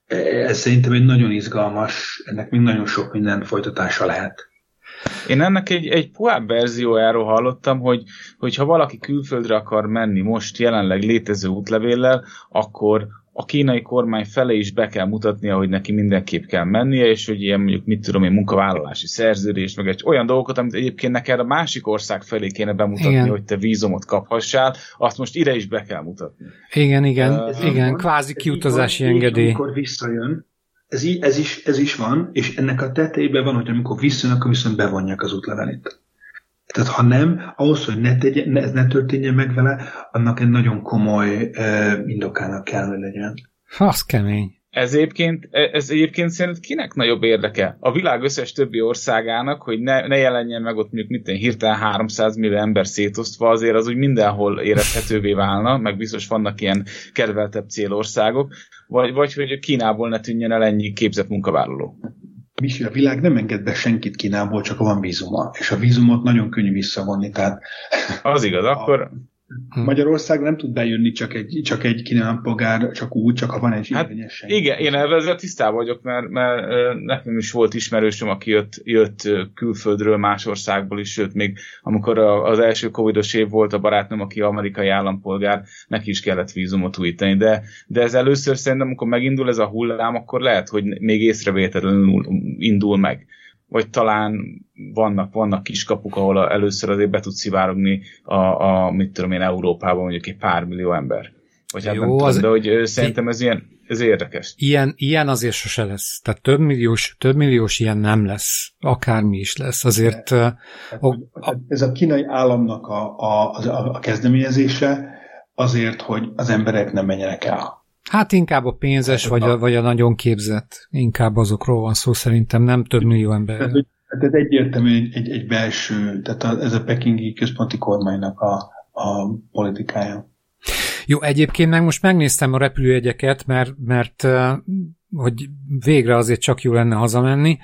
Speaker 1: ez szerintem egy nagyon izgalmas, ennek még nagyon sok minden folytatása lehet.
Speaker 2: Én ennek egy, egy puhább verziójáról hallottam, hogy, hogy ha valaki külföldre akar menni most jelenleg létező útlevéllel, akkor a kínai kormány felé is be kell mutatnia, hogy neki mindenképp kell mennie, és hogy ilyen mondjuk, mit tudom én, munkavállalási szerződés, meg egy olyan dolgokat, amit egyébként neked a másik ország felé kéne bemutatni, igen, hogy te vízumot kaphassál, azt most ide is be kell mutatni.
Speaker 4: Igen, igen, uh, igen, van, kvázi kiutazási van, engedély.
Speaker 1: Amikor visszajön, ez, ez, is, ez is van, és ennek a tetejében van, hogy amikor visszajön, akkor viszont bevonják az útlevelét. Tehát ha nem, ahhoz, hogy ne, tegye, ne, ez ne történjen meg vele, annak egy nagyon komoly uh, indokának kell, hogy legyen.
Speaker 4: Az kemény.
Speaker 2: Ez egyébként, ez egyébként szerint kinek nagyobb érdeke? A világ összes többi országának, hogy ne, ne jelenjen meg ott mondjuk mit hirtelen háromszáz millió ember szétosztva, azért az úgy mindenhol érezhetővé válna, meg biztos vannak ilyen kedveltebb célországok, vagy, vagy hogy Kínából ne tűnjön el ennyi képzett munkavállaló.
Speaker 1: Misi, a világ nem enged be senkit Kínából, csak van vízuma. És a vízumot nagyon könnyű visszavonni. Tehát
Speaker 2: az igaz, a, akkor...
Speaker 1: Magyarország nem tud bejönni csak egy, csak egy kínai állampolgár, csak úgy, csak ha van egy
Speaker 2: hát
Speaker 1: érvényes.
Speaker 2: Igen, én ezzel tisztában vagyok, mert, mert nekem is volt ismerősöm, aki jött, jött külföldről, más országból is, sőt, még amikor az első covidos év volt, a barátnőm, aki amerikai állampolgár, neki is kellett vízumot újítani, de, de ez először szerintem, amikor megindul ez a hullám, akkor lehet, hogy még észrevétlenül indul meg. Vagy talán vannak, vannak kiskapuk, ahol először azért be tud szivárogni a, a mit tudom én, Európában mondjuk egy pár millió ember. Vagy hát
Speaker 4: jó,
Speaker 2: nem tudom,
Speaker 4: az...
Speaker 2: de hogy szerintem ez ilyen, ez érdekes.
Speaker 4: Ilyen, ilyen azért sose lesz. Tehát több milliós, több milliós ilyen nem lesz. Akármi is lesz. Azért...
Speaker 1: De, a, a, ez a kínai államnak a, a, a, a kezdeményezése azért, hogy az emberek nem menjenek el.
Speaker 4: Hát inkább a pénzes, vagy a, vagy a nagyon képzett. Inkább azokról van szó, szerintem nem több millió ember.
Speaker 1: Tehát, tehát ez egyértelmű egy, egy, egy belső, tehát a, ez a pekingi központi kormánynak a, a politikája.
Speaker 4: Jó, egyébként meg most megnéztem a repülőjegyeket, mert, mert hogy végre azért csak jó lenne hazamenni,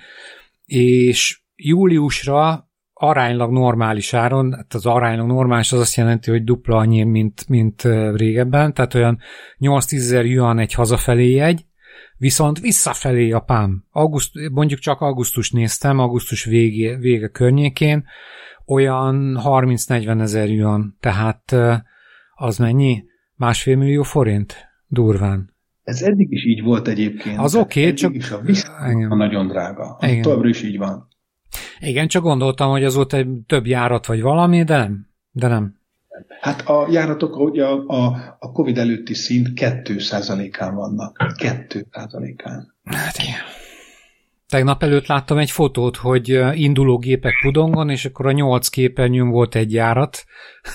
Speaker 4: és júliusra aránylag normális áron, hát az aránylag normális az azt jelenti, hogy dupla annyi, mint, mint régebben, tehát olyan nyolc-tízezer yuan egy hazafelé jegy, viszont visszafelé Japán. Auguszt, mondjuk csak augusztus néztem, augusztus vége, vége környékén, olyan harminc-negyven ezer yuan, tehát az mennyi? Másfél millió forint? Durván.
Speaker 1: Ez eddig is így volt egyébként.
Speaker 4: Az oké, okay, csak...
Speaker 1: is a vissza nagyon drága. Továbbra is így van.
Speaker 4: Igen, csak gondoltam, hogy az ott egy több járat vagy valami, de nem. De nem.
Speaker 1: Hát a járatok ugye a, a, a Covid előtti szint két százalékán vannak. két százalékán.
Speaker 4: Hát igen. Tegnap előtt láttam egy fotót, hogy induló gépek Pudongon, és akkor a nyolc képernyőn volt egy járat.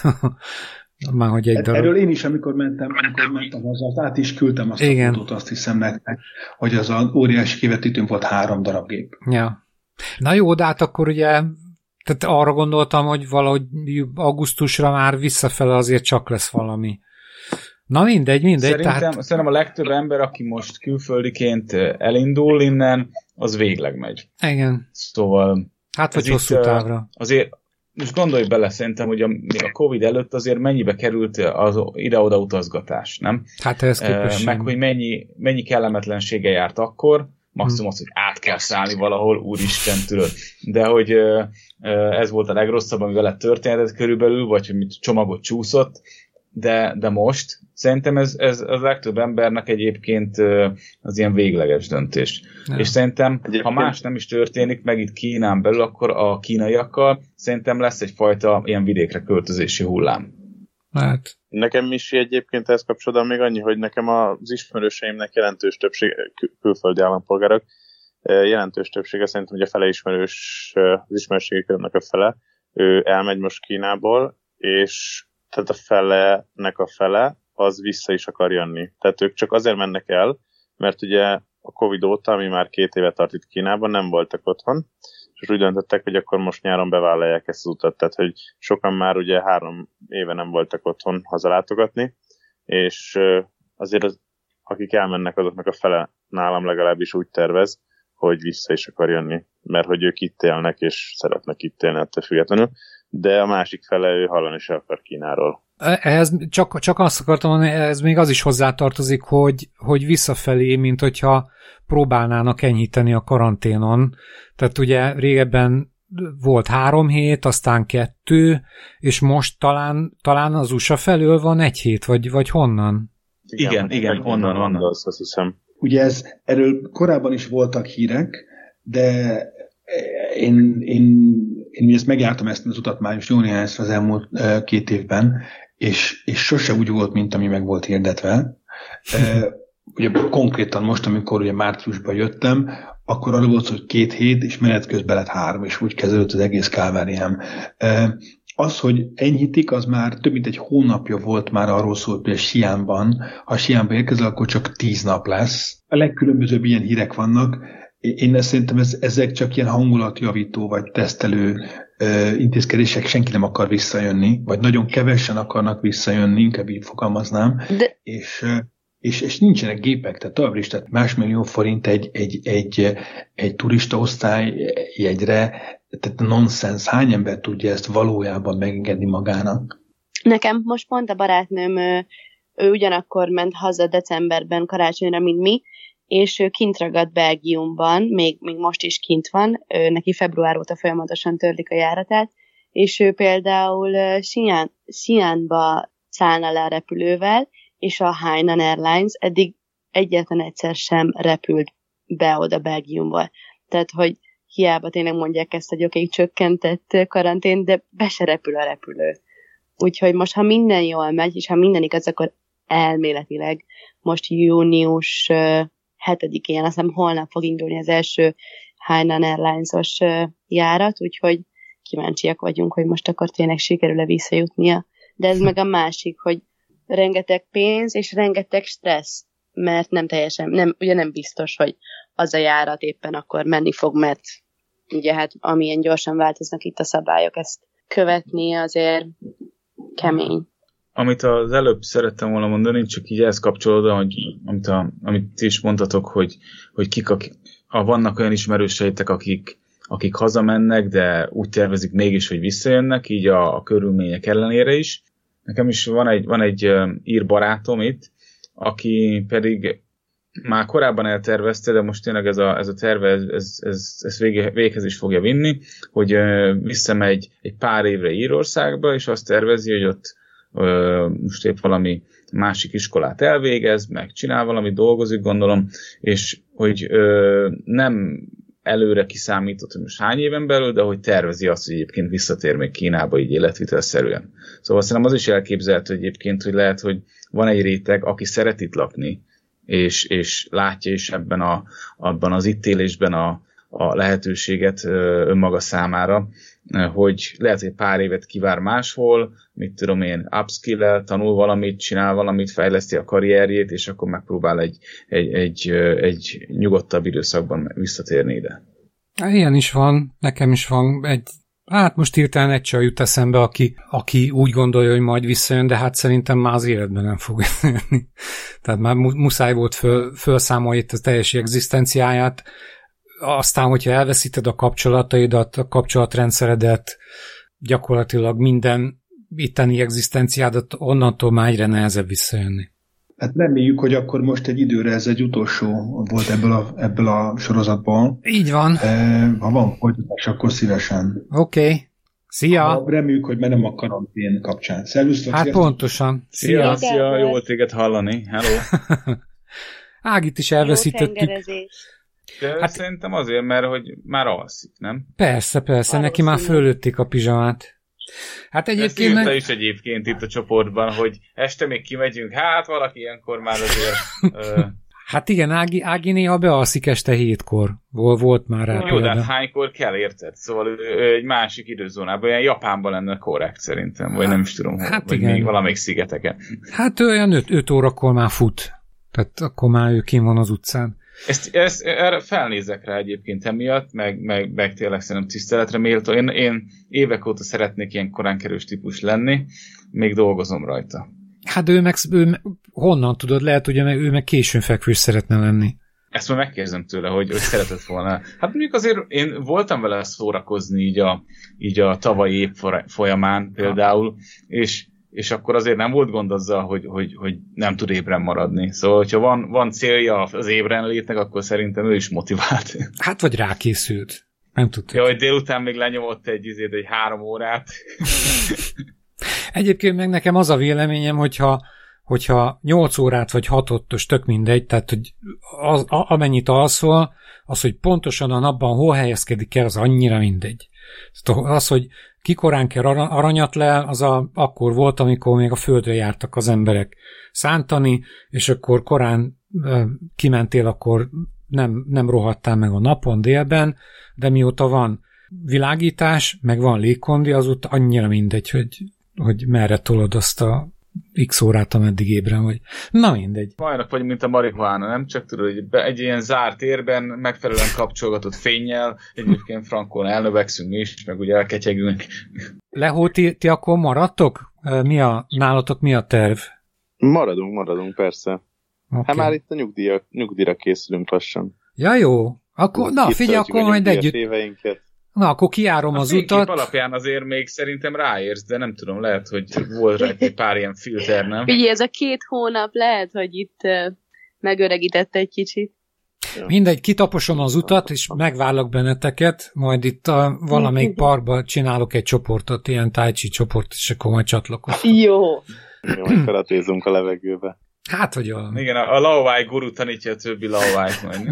Speaker 4: Már, hogy egy
Speaker 1: hát
Speaker 4: darab.
Speaker 1: Erről én is, amikor mentem, amikor mentem haza, át is küldtem azt Igen. a fotót, azt hiszem nektek, hogy az a óriási kivetítőn volt három darab gép.
Speaker 4: Ja. Na jó, de hát akkor ugye tehát arra gondoltam, hogy valahogy augusztusra már visszafele azért csak lesz valami. Na mindegy, mindegy.
Speaker 2: Szerintem,
Speaker 4: tehát...
Speaker 2: szerintem a legtöbb ember, aki most külföldiként elindul innen, az végleg megy.
Speaker 4: Igen.
Speaker 2: Szóval...
Speaker 4: Hát vagy hosszú itt, távra.
Speaker 2: Azért, most gondolj bele szerintem, hogy a, a Covid előtt azért mennyibe került az ide-oda utazgatás, nem?
Speaker 4: Hát ez képest.
Speaker 2: Meg hogy mennyi, mennyi kellemetlensége járt akkor, maximum az, hogy át kell szállni valahol, úristen, tudod. De hogy ez volt a legrosszabb, ami vele történt körülbelül, vagy hogy mit csomagot csúszott, de, de most szerintem ez, ez az legtöbb embernek egyébként az ilyen végleges döntés. Ja. És szerintem, egyébként... ha más nem is történik meg itt Kínán belül, akkor a kínaiakkal szerintem lesz egyfajta ilyen vidékre költözési hullám.
Speaker 4: Hát.
Speaker 6: Nekem is egyébként ehhez kapcsolatban még annyi, hogy nekem az ismerőseimnek jelentős többség, kül- külföldi állampolgárok, jelentős többsége szerintem, hogy a fele ismerős, az ismerőségi körömnek a fele, ő elmegy most Kínából, és tehát a felenek a fele, az vissza is akar jönni. Tehát ők csak azért mennek el, mert ugye a Covid óta, ami már két éve tart itt Kínában, nem voltak otthon, és úgy döntöttek, hogy akkor most nyáron bevállalják ezt az utat. Tehát, hogy sokan már ugye három éve nem voltak otthon hazalátogatni, és azért az, akik elmennek, azoknak a fele nálam legalábbis úgy tervez, hogy vissza is akar jönni, mert hogy ők itt élnek, és szeretnek itt élni ettől függetlenül, de a másik fele ő hallani se akar Kínáról.
Speaker 4: Ehhez csak, csak azt akartam mondani, ez még az is hozzátartozik, hogy, hogy visszafelé, mint hogyha próbálnának enyhíteni a karanténon. Tehát ugye régebben volt három hét, aztán kettő, és most talán, talán az u es á felől van egy hét, vagy, vagy honnan?
Speaker 2: Igen, igen, igen onnan, onnan.
Speaker 6: Azt, azt hiszem.
Speaker 1: Ugye ez, erről korábban is voltak hírek, de én, én, én ezt megjártam ezt az utat már jó néhányszor az elmúlt uh, két évben, és, és sose úgy volt, mint ami meg volt hirdetve. Uh, ugye konkrétan most, amikor ugye márciusban jöttem, akkor arra volt, hogy két hét, és menet közben lett három, és úgy kezdődött az egész káváriám. Uh, az, hogy enyhítik, az már több mint egy hónapja volt már arról szólt, hogy a Xi'anban, ha Xi'anba érkezel, akkor csak tíz nap lesz. A legkülönbözőbb ilyen hírek vannak. Én szerintem ez, ezek csak ilyen hangulatjavító vagy tesztelő uh, intézkedések, senki nem akar visszajönni, vagy nagyon kevesen akarnak visszajönni, inkább így fogalmaznám, De... és, uh, és, és nincsenek gépek, tehát továbbra is, tehát másmillió forint egy, egy, egy, egy turista osztályjegyre, tehát nonsens, hány ember tudja ezt valójában megengedni magának?
Speaker 5: Nekem most pont a barátnőm, ő, ő ugyanakkor ment haza decemberben karácsonyra, mint mi, és ő kint ragadt Belgiumban, még, még most is kint van, ő, neki február óta folyamatosan törlik a járatát, és ő például Xi'an, Xi'anba szállna le a repülővel, és a Hainan Airlines eddig egyetlen egyszer sem repült be oda Belgiumból. Tehát, hogy hiába tényleg mondják ezt, hogy oké, csökkentett karantén, de be se repül a repülő. Úgyhogy most, ha minden jól megy, és ha minden igaz, akkor elméletileg most június hetedikén, azt hiszem holnap fog indulni az első Hainan Airlines-os járat, úgyhogy kíváncsiak vagyunk, hogy most akkor tényleg sikerül-e visszajutnia. De ez meg a másik, hogy rengeteg pénz és rengeteg stressz, mert nem teljesen, nem, ugye nem biztos, hogy az a járat éppen akkor menni fog, mert ugye hát amilyen gyorsan változnak itt a szabályok, ezt követni azért kemény.
Speaker 2: Amit az előbb szerettem volna mondani, csak így ehhez kapcsolódva, hogy amit, a, amit ti is mondtatok, hogy, hogy kik, akik, ha vannak olyan ismerőseitek, akik, akik hazamennek, de úgy tervezik mégis, hogy visszajönnek, így a, a körülmények ellenére is. Nekem is van egy, van egy uh, ír barátom itt, aki pedig már korábban eltervezte, de most tényleg ez a, ez a terve, ez, ez, ez, ez vége, véghez is fogja vinni, hogy uh, visszamegy egy pár évre Írországba, és azt tervezi, hogy ott uh, most épp valami másik iskolát elvégez, meg csinál valamit, dolgozik, gondolom, és hogy uh, nem előre kiszámított, hogy most hány éven belül, de hogy tervezi azt, hogy egyébként visszatér még Kínába így életvitelszerűen. Szóval szerintem az is elképzelhető egyébként, hogy lehet, hogy van egy réteg, aki szeret itt lakni, és, és látja is ebben a, abban az itt élésben a, a lehetőséget önmaga számára, hogy lehet, hogy pár évet kivár máshol, mit tudom én, upskill-el, tanul valamit, csinál valamit, fejleszti a karrierjét, és akkor megpróbál egy, egy, egy, egy nyugodtabb időszakban visszatérni ide.
Speaker 4: Ilyen is van, nekem is van egy, hát most hirtelen egy csaj jut eszembe, aki, aki úgy gondolja, hogy majd visszajön, de hát szerintem már az életben nem fog jönni. Tehát már muszáj volt föl, fölszámolni itt a teljes egzisztenciáját, aztán, hogyha elveszíted a kapcsolataidat, a kapcsolatrendszeredet, gyakorlatilag minden itteni egzisztenciádat, onnantól már egyre nehezebb visszajönni.
Speaker 1: Hát reméljük, hogy akkor most egy időre ez egy utolsó volt ebből a, ebből a sorozatból.
Speaker 4: Így van.
Speaker 1: E, ha van folytatás, akkor szívesen.
Speaker 4: Oké. Okay. Szia!
Speaker 1: Ha reméljük, hogy már nem a karantén kapcsán. Szervusz!
Speaker 4: Hát sziasztok. Pontosan.
Speaker 2: Szia! Szia! Szia. Jó volt téged hallani. Hello!
Speaker 4: Ágit is elveszítettük.
Speaker 2: Hát szerintem azért, mert hogy már alszik, nem?
Speaker 4: Persze, persze, már neki már fölötték a pizsamát. Hát egyébként...
Speaker 2: Ezt meg... is egyébként itt a csoportban, hogy este még kimegyünk, hát valaki ilyenkor már azért... ö...
Speaker 4: Hát igen, Ági, Ági néha bealszik este hétkor. Volt, volt már rá.
Speaker 2: Jó, de hánykor kell, érted? Szóval ő egy másik időzónában, olyan Japánban lenne korrekt szerintem, vagy hát, nem is tudom, hát vagy igen. Még valamelyik szigeteken.
Speaker 4: Hát olyan öt órakor már fut. Tehát akkor már ő kim van az utcán.
Speaker 2: Ezt, ezt, erre felnézek rá egyébként emiatt, meg, meg, meg tényleg szerintem tiszteletre méltó. Én, én évek óta szeretnék ilyen koránkerős típus lenni, még dolgozom rajta.
Speaker 4: Hát ő meg, ő, honnan tudod, lehet, hogy ő meg későn fekvős szeretne lenni.
Speaker 2: Ezt már megkérdezem tőle, hogy, hogy szeretett volna. Hát mondjuk azért én voltam vele szórakozni így a, így a tavalyi év folyamán például, és és akkor azért nem volt gond azzal, hogy, hogy, hogy nem tud ébren maradni. Szóval, hogyha van, van célja az ébren létnek, akkor szerintem ő is motivált.
Speaker 4: Hát, vagy rákészült. Nem tudtuk.
Speaker 2: Ja, hogy délután még lenyomott egy izét, egy három órát.
Speaker 4: Egyébként meg nekem az a véleményem, hogyha, hogyha nyolc órát vagy hatot, most tök mindegy, tehát, hogy az, a, amennyit alszol, az, hogy pontosan a napban hol helyezkedik el, az annyira mindegy. Az, hogy kikorán kell aranyat le, az a, akkor volt, amikor még a földre jártak az emberek szántani, és akkor korán e, kimentél, akkor nem, nem rohadtál meg a napon délben, de mióta van világítás, meg van légkondi, azóta annyira mindegy, hogy, hogy merre tolod azt a x órát, ameddig ébren vagy. Na mindegy.
Speaker 2: Olyanok vagy, mint a marihuána, nem? Csak tudod, hogy egy ilyen zárt térben, megfelelően kapcsolgatott fénnyel, egyébként frankon elnövekszünk is, meg ugye elketyegünk.
Speaker 4: Lehó, ti, ti akkor maradtok? Mi a, nálatok mi a terv?
Speaker 6: Maradunk, maradunk, persze. Okay. Hát már itt a nyugdíja, nyugdíjra készülünk lassan.
Speaker 4: Ja, jó. Akkor, na figyelj, akkor majd együtt.
Speaker 6: Éveinket.
Speaker 4: Na, akkor kiárom
Speaker 2: a
Speaker 4: az utat.
Speaker 2: Alapján azért még szerintem ráérsz, de nem tudom, lehet, hogy volt rá egy pár ilyen filter, nem?
Speaker 5: Figyelj, ez a két hónap lehet, hogy itt uh, megöregített egy kicsit.
Speaker 4: Ja. Mindegy, kitaposom az utat, és megvárlak benneteket, majd itt a valamelyik parkban csinálok egy csoportot, ilyen tai chi csoport, és akkor majd csatlakozom.
Speaker 5: Jó.
Speaker 6: Jó, hogy karatézunk a levegőbe.
Speaker 4: Hát, hogy a...
Speaker 2: Igen, a, a laováj guru tanítja a többi laovájt majd.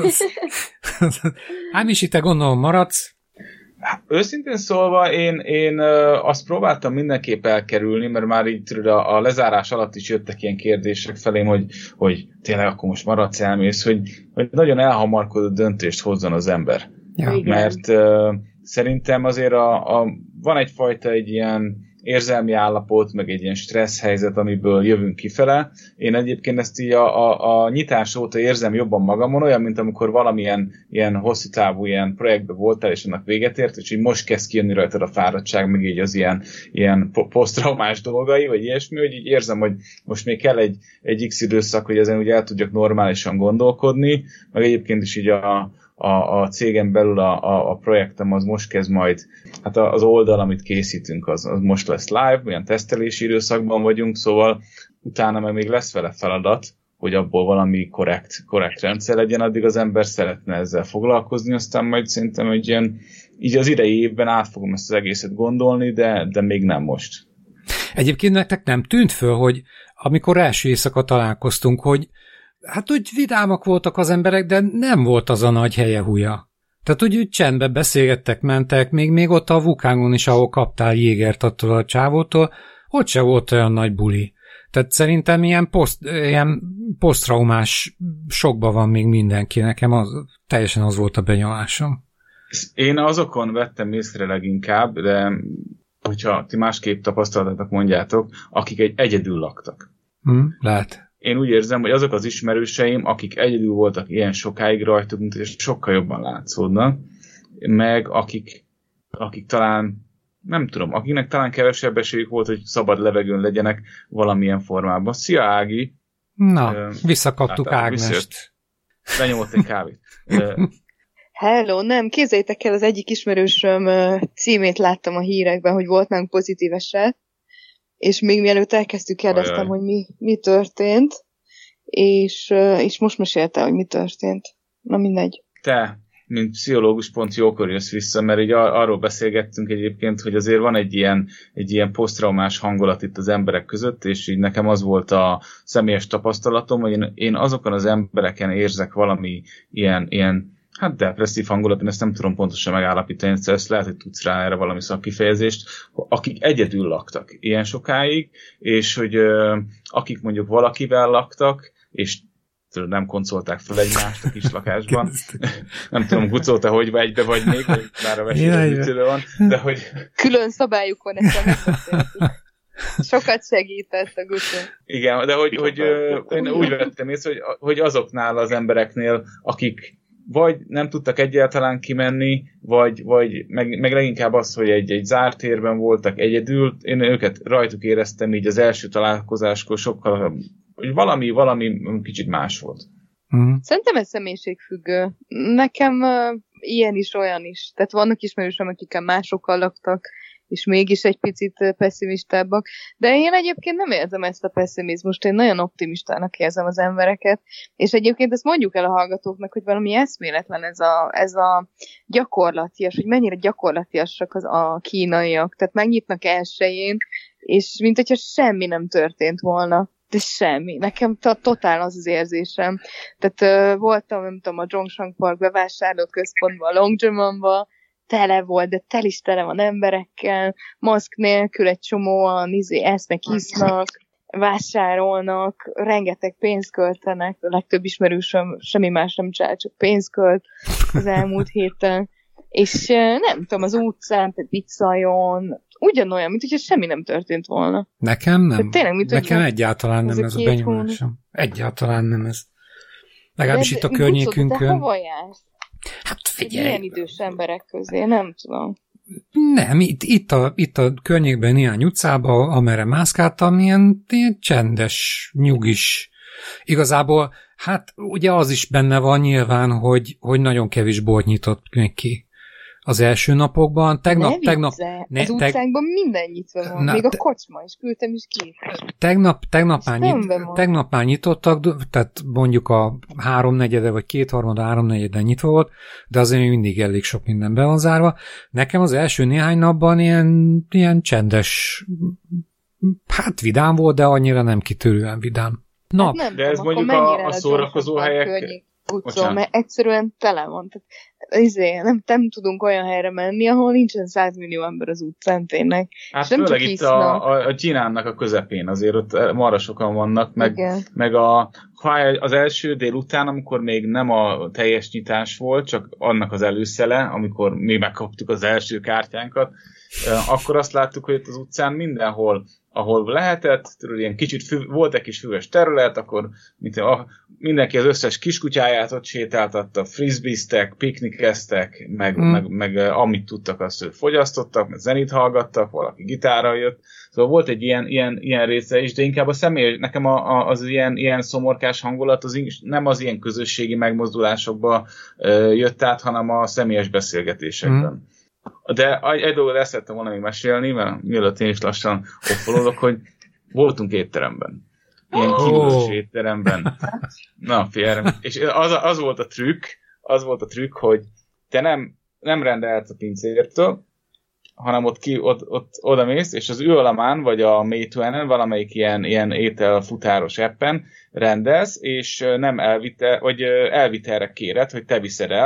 Speaker 4: Hát Misi, te gondolom maradsz?
Speaker 2: Őszintén szólva, én, én azt próbáltam mindenképp elkerülni, mert már így tudod, a, a lezárás alatt is jöttek ilyen kérdések felém, hogy, hogy tényleg akkor most maradsz, elmész, hogy, hogy nagyon elhamarkodott döntést hozzon az ember.
Speaker 4: Ja.
Speaker 2: Mert uh, szerintem azért a, a, van egyfajta egy ilyen érzelmi állapot, meg egy ilyen stressz helyzet, amiből jövünk kifele. Én egyébként ezt így a, a, a nyitás óta érzem jobban magamon, olyan, mint amikor valamilyen ilyen hosszú távú ilyen projektben voltál, és annak véget ért, és így most kezd kijönni rajtad a fáradtság, meg így az ilyen, ilyen posztraumás dolgai, vagy ilyesmi, hogy így érzem, hogy most még kell egy, egy x időszak, hogy ezen úgy el tudjak normálisan gondolkodni, meg egyébként is így a A, a cégen belül a, a, a projektem az most kezd majd, hát az oldal, amit készítünk, az, az most lesz live, olyan tesztelési időszakban vagyunk, szóval utána meg még lesz vele feladat, hogy abból valami korrekt, korrekt rendszer legyen, addig az ember szeretne ezzel foglalkozni, aztán majd szerintem egy ilyen, így az idei évben át fogom ezt az egészet gondolni, de, de még nem most.
Speaker 4: Egyébként nektek nem tűnt föl, hogy amikor első éjszaka találkoztunk, hogy hát úgy vidámak voltak az emberek, de nem volt az a nagy helye húja. Tehát úgy, úgy csendben beszélgettek, mentek, még, még ott a Vukángon is, ahol kaptál jégert attól a csávótól, ott se volt olyan nagy buli. Tehát szerintem ilyen, poszt, ilyen posztraumás sokban van még mindenki. Nekem az, teljesen az volt a benyomásom.
Speaker 2: Én azokon vettem észre leginkább, de hogyha ti másképp tapasztaltatok, mondjátok, akik egy egyedül laktak.
Speaker 4: Hmm, lehet.
Speaker 2: Én úgy érzem, hogy azok az ismerőseim, akik egyedül voltak ilyen sokáig rajtuk, mint hogy sokkal jobban látszódnak, meg akik, akik talán, nem tudom, akiknek talán kevesebb esélyük volt, hogy szabad levegőn legyenek valamilyen formában. Szia, Ági!
Speaker 4: Na, uh, visszakaptuk Ágnest.
Speaker 2: Lenyomott egy kávét. Uh,
Speaker 3: Hello, nem, képzeljétek el, az egyik ismerősöm címét láttam a hírekben, hogy volt nálunk pozitív eset, és még mielőtt elkezdtük, kérdeztem, Ajaj. hogy mi, mi történt, és, és most mesélte, hogy mi történt. Na mindegy.
Speaker 2: Te, mint pszichológus, pont jókor jössz vissza, mert így ar- arról beszélgettünk egyébként, hogy azért van egy ilyen, egy ilyen posztraumás hangulat itt az emberek között, és így nekem az volt a személyes tapasztalatom, hogy én, én azokon az embereken érzek valami ilyen, ilyen hát depresszív hangulat, én ezt nem tudom pontosan megállapítani, ezt lehet, hogy tudsz rá erre valami szakkifejezést, akik egyedül laktak ilyen sokáig, és hogy ö, akik mondjuk valakivel laktak, és nem koncolták fel egymást a kis lakásban. Nem tudom, Gucó, hogy vagy egybe vagy még, vagy már a vesélő van, de hogy...
Speaker 3: Külön szabályuk van, ezt megbeszéltük. Sokat segített a Gucó.
Speaker 2: Igen, de hogy, hogy ö, én úgy vettem észre, hogy, hogy azoknál az embereknél, akik vagy nem tudtak egyáltalán kimenni, vagy, vagy meg, meg leginkább az, hogy egy, egy zárt térben voltak egyedül. Én őket rajtuk éreztem így az első találkozáskor sokkal, hogy valami, valami kicsit más volt.
Speaker 3: Mm. Szerintem ez személyiségfüggő. Nekem uh, ilyen is, olyan is. Tehát vannak ismerősöm, akikkel másokkal laktak, és mégis egy picit pessimistábbak. De én egyébként nem érzem ezt a pessimizmust, én nagyon optimistának érzem az embereket, és egyébként ezt mondjuk el a hallgatóknak, hogy valami eszméletlen ez a, ez a gyakorlatias, hogy mennyire gyakorlatiasak az a kínaiak, tehát megnyitnak elsőjén, és mint hogyha semmi nem történt volna. De semmi. Nekem t- totál az az érzésem. Tehát uh, voltam, nem tudom, a Zhongshan Park bevásárlóközpontban, a Longjumanban, tele volt, de tel is tele van emberekkel, maszk nélkül egy csomóan izé, esznek, isznak, vásárolnak, rengeteg pénzt költenek, a legtöbb ismerősöm semmi más nem csinál, csak pénzt költ az elmúlt héten. És nem tudom, az utcán, tehát Viccajon, ugyanolyan, mint hogyha semmi nem történt volna.
Speaker 4: Nekem nem. Tényleg, mint Nekem egyáltalán nem ez a benyomásom. Egyáltalán nem ez. Legalábbis itt a környékünkön.
Speaker 3: De hova jársz?
Speaker 4: Hát figyelj.
Speaker 3: Milyen idős emberek közé, nem tudom.
Speaker 4: Nem, itt, itt, a, itt a környékben néhány utcában, amerre mászkáltam, ilyen, ilyen csendes, nyugis. Igazából, hát ugye az is benne van nyilván, hogy, hogy nagyon kevés bolt nyitott ki az első napokban. Tegnap,
Speaker 3: ne
Speaker 4: tegnap,
Speaker 3: ne, az utcánkban teg... minden nyitva van, na, még a kocsma is, küldtem is ki.
Speaker 4: Tegnap, tegnap, már, nyit, tegnap már nyitottak, tehát mondjuk a háromnegyede, vagy kétharmada, háromnegyede nyitva volt, de azért még mindig elég sok minden be van zárva. Nekem az első néhány napban ilyen, ilyen csendes, hát vidám volt, de annyira nem kitörően vidám.
Speaker 3: Nap. Hát nem
Speaker 2: de ez tudom, mondjuk a, a szórakozó helyek...
Speaker 3: Utcon, mert egyszerűen tele van. Tehát, izé, nem, nem tudunk olyan helyre menni, ahol nincsen százmillió ember az utcán tényleg.
Speaker 2: Hát főleg itt a, a, a Jinánnak a közepén azért ott marra sokan vannak, meg, meg a, az első délután, amikor még nem a teljes nyitás volt, csak annak az előszele, amikor mi megkaptuk az első kártyánkat, akkor azt láttuk, hogy itt az utcán mindenhol, ahol lehetett, ilyen kicsit fü, volt egy kis füves terület, akkor mint a, mindenki az összes kiskutyáját ott sétáltatta, frisbeeztek, piknikeztek, meg, mm. meg, meg amit tudtak, azt fogyasztottak, meg zenét hallgattak, valaki gitárral jött. Szóval volt egy ilyen, ilyen, ilyen része is, de inkább a személy, nekem a, a, az ilyen, ilyen szomorkás hangulat az nem az ilyen közösségi megmozdulásokba ö, jött át, hanem a személyes beszélgetésekben. Mm. De egy dolgot el szerettem volna még mesélni, mert mielőtt én is lassan offolódok, hogy voltunk étteremben. Ilyen kínus oh. étteremben. Na, figyelj, és az, az volt a trükk, az volt a trükk, hogy te nem, nem rendelsz a pincértől, hanem ott, ki, ott, ott odamész, és az Üalamán, vagy a Meituanen, valamelyik ilyen, ilyen ételfutáros appen rendelsz, és nem elvite, vagy elvitelre kéred, hogy te viszed el,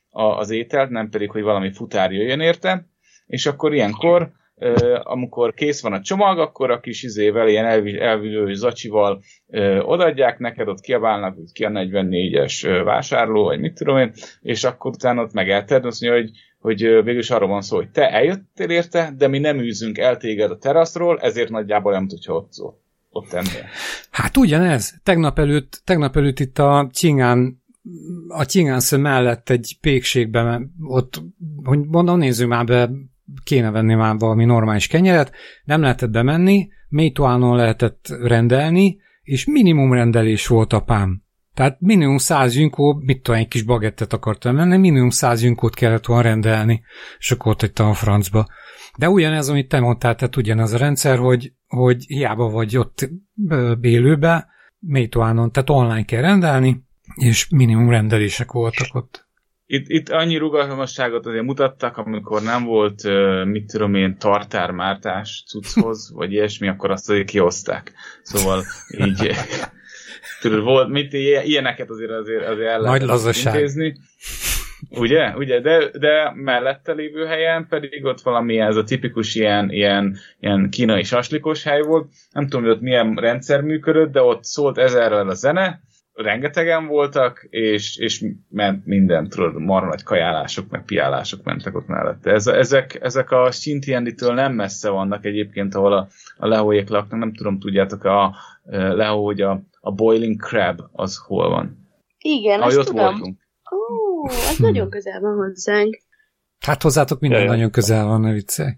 Speaker 2: a, az ételt, nem pedig, hogy valami futár jöjjön érte, és akkor ilyenkor, uh, amikor kész van a csomag, akkor a kis izével, ilyen elvívő zacsival uh, odaadják neked, ott kiabálnak, hogy ki a negyvennégyes uh, vásárló, vagy mit tudom én, és akkor utána ott megelted, azt mondja, hogy hogy végül is arról van szó, hogy te eljöttél érte, de mi nem űzünk el téged a teraszról, ezért nagyjából nem tudja ott, ott, ott ennél.
Speaker 4: Hát ugyanez. Tegnap előtt, tegnap előtt itt a Csingán, a Csingánsző mellett egy pékségben, ott, hogy mondom, nézzük már be, kéne venni már valami normális kenyeret, nem lehetett bemenni, Meituanon lehetett rendelni, és minimum rendelés volt apám. Tehát minimum száz yunkó, mit tudom, egy kis bagettet akartam menni, minimum száz yunkót kellett volna rendelni, és akkor ott hagytam a francba. De ugyanez, amit te mondtál, tehát ugyanaz a rendszer, hogy, hogy hiába vagy ott élőbe, Meituanon, tehát online kell rendelni, és minimum rendelések voltak ott.
Speaker 2: Itt, itt annyi rugalmasságot azért mutattak, amikor nem volt, mit tudom én, tartármártás cucchoz, vagy ilyesmi, akkor azt azért kihozták. Szóval így... Tudod, volt, mit, ilyeneket azért, azért, azért el lehet intézni. Ugye? Ugye? De, de mellette lévő helyen pedig ott valami, ez a tipikus ilyen, ilyen, ilyen kínai saslikos hely volt. Nem tudom, hogy ott milyen rendszer működött, de ott szólt ezerrel a zene, rengetegen voltak, és, és ment minden, tudod, marha nagy kajálások, meg piálások mentek ott mellette. Ez, ezek, ezek a Xintianditől nem messze vannak egyébként, ahol a, a lehóék laknak. Nem tudom, tudjátok, a lehó, hogy a a Boiling Crab, az hol van?
Speaker 5: Igen, azt tudom. Ó, az hmm. nagyon közel van hozzánk.
Speaker 4: Hát hozzátok minden Jaj. nagyon közel van, ne viccelj.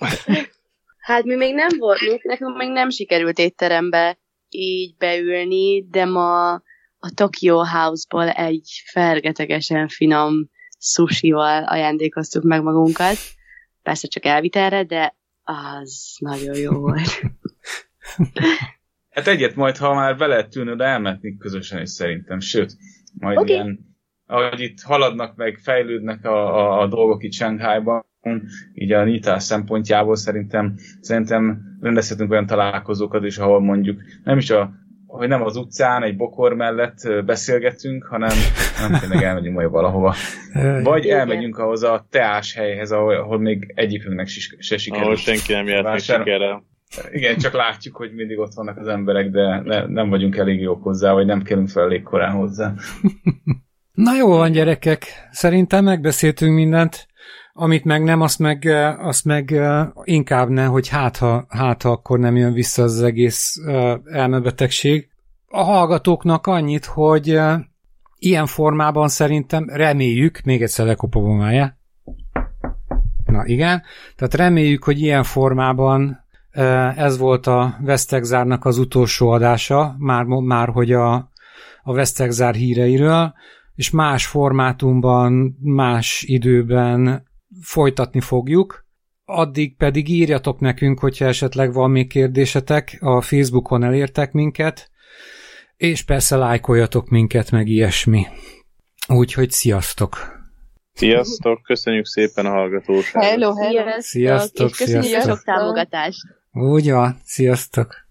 Speaker 5: Hát mi még nem volt, nekünk még nem sikerült étterembe így beülni, de ma a Tokyo House-ból egy fergetegesen finom sushival ajándékoztuk meg magunkat. Persze csak elvitelre, de az nagyon jó volt.
Speaker 2: Hát egyet majd, ha már be lehet tűnő, de elmetni közösen is szerintem. Sőt, majd okay. ilyen, ahogy itt haladnak meg, fejlődnek a, a, a dolgok itt Shanghaiban, így a nyitás szempontjából szerintem, szerintem rendezhetünk olyan találkozókat is, ahol mondjuk nem is a, hogy nem az utcán, egy bokor mellett beszélgetünk, hanem nem tényleg elmegyünk majd valahova. Vagy igen. elmegyünk ahhoz a teás helyhez, ahol, ahol még egyikünknek se sikerül.
Speaker 6: Ahol senki nem járt meg sikerrel.
Speaker 2: Igen, csak látjuk, hogy mindig ott vannak az emberek, de ne, nem vagyunk elég jók hozzá, vagy nem kellünk fel elég korán hozzá.
Speaker 4: Na jó van, gyerekek. Szerintem megbeszéltünk mindent. Amit meg nem, azt meg, azt meg inkább ne, hogy hát ha, hát ha akkor nem jön vissza az egész elmebetegség. A hallgatóknak annyit, hogy ilyen formában szerintem reméljük, még egyszer lekopogom már. Na igen, tehát reméljük, hogy ilyen formában ez volt a Vesztegzárnak az utolsó adása, már, már hogy a, a Vesztegzár híreiről, és más formátumban, más időben folytatni fogjuk. Addig pedig írjatok nekünk, hogyha esetleg van még kérdésetek, a Facebookon elértek minket, és persze lájkoljatok minket, meg ilyesmi. Úgyhogy sziasztok!
Speaker 6: Sziasztok, köszönjük szépen a hallgatóságot!
Speaker 3: Hello, hello!
Speaker 4: Sziasztok,
Speaker 5: és köszönjük
Speaker 4: sziasztok.
Speaker 5: a sok támogatást!
Speaker 4: Úgy van, sziasztok!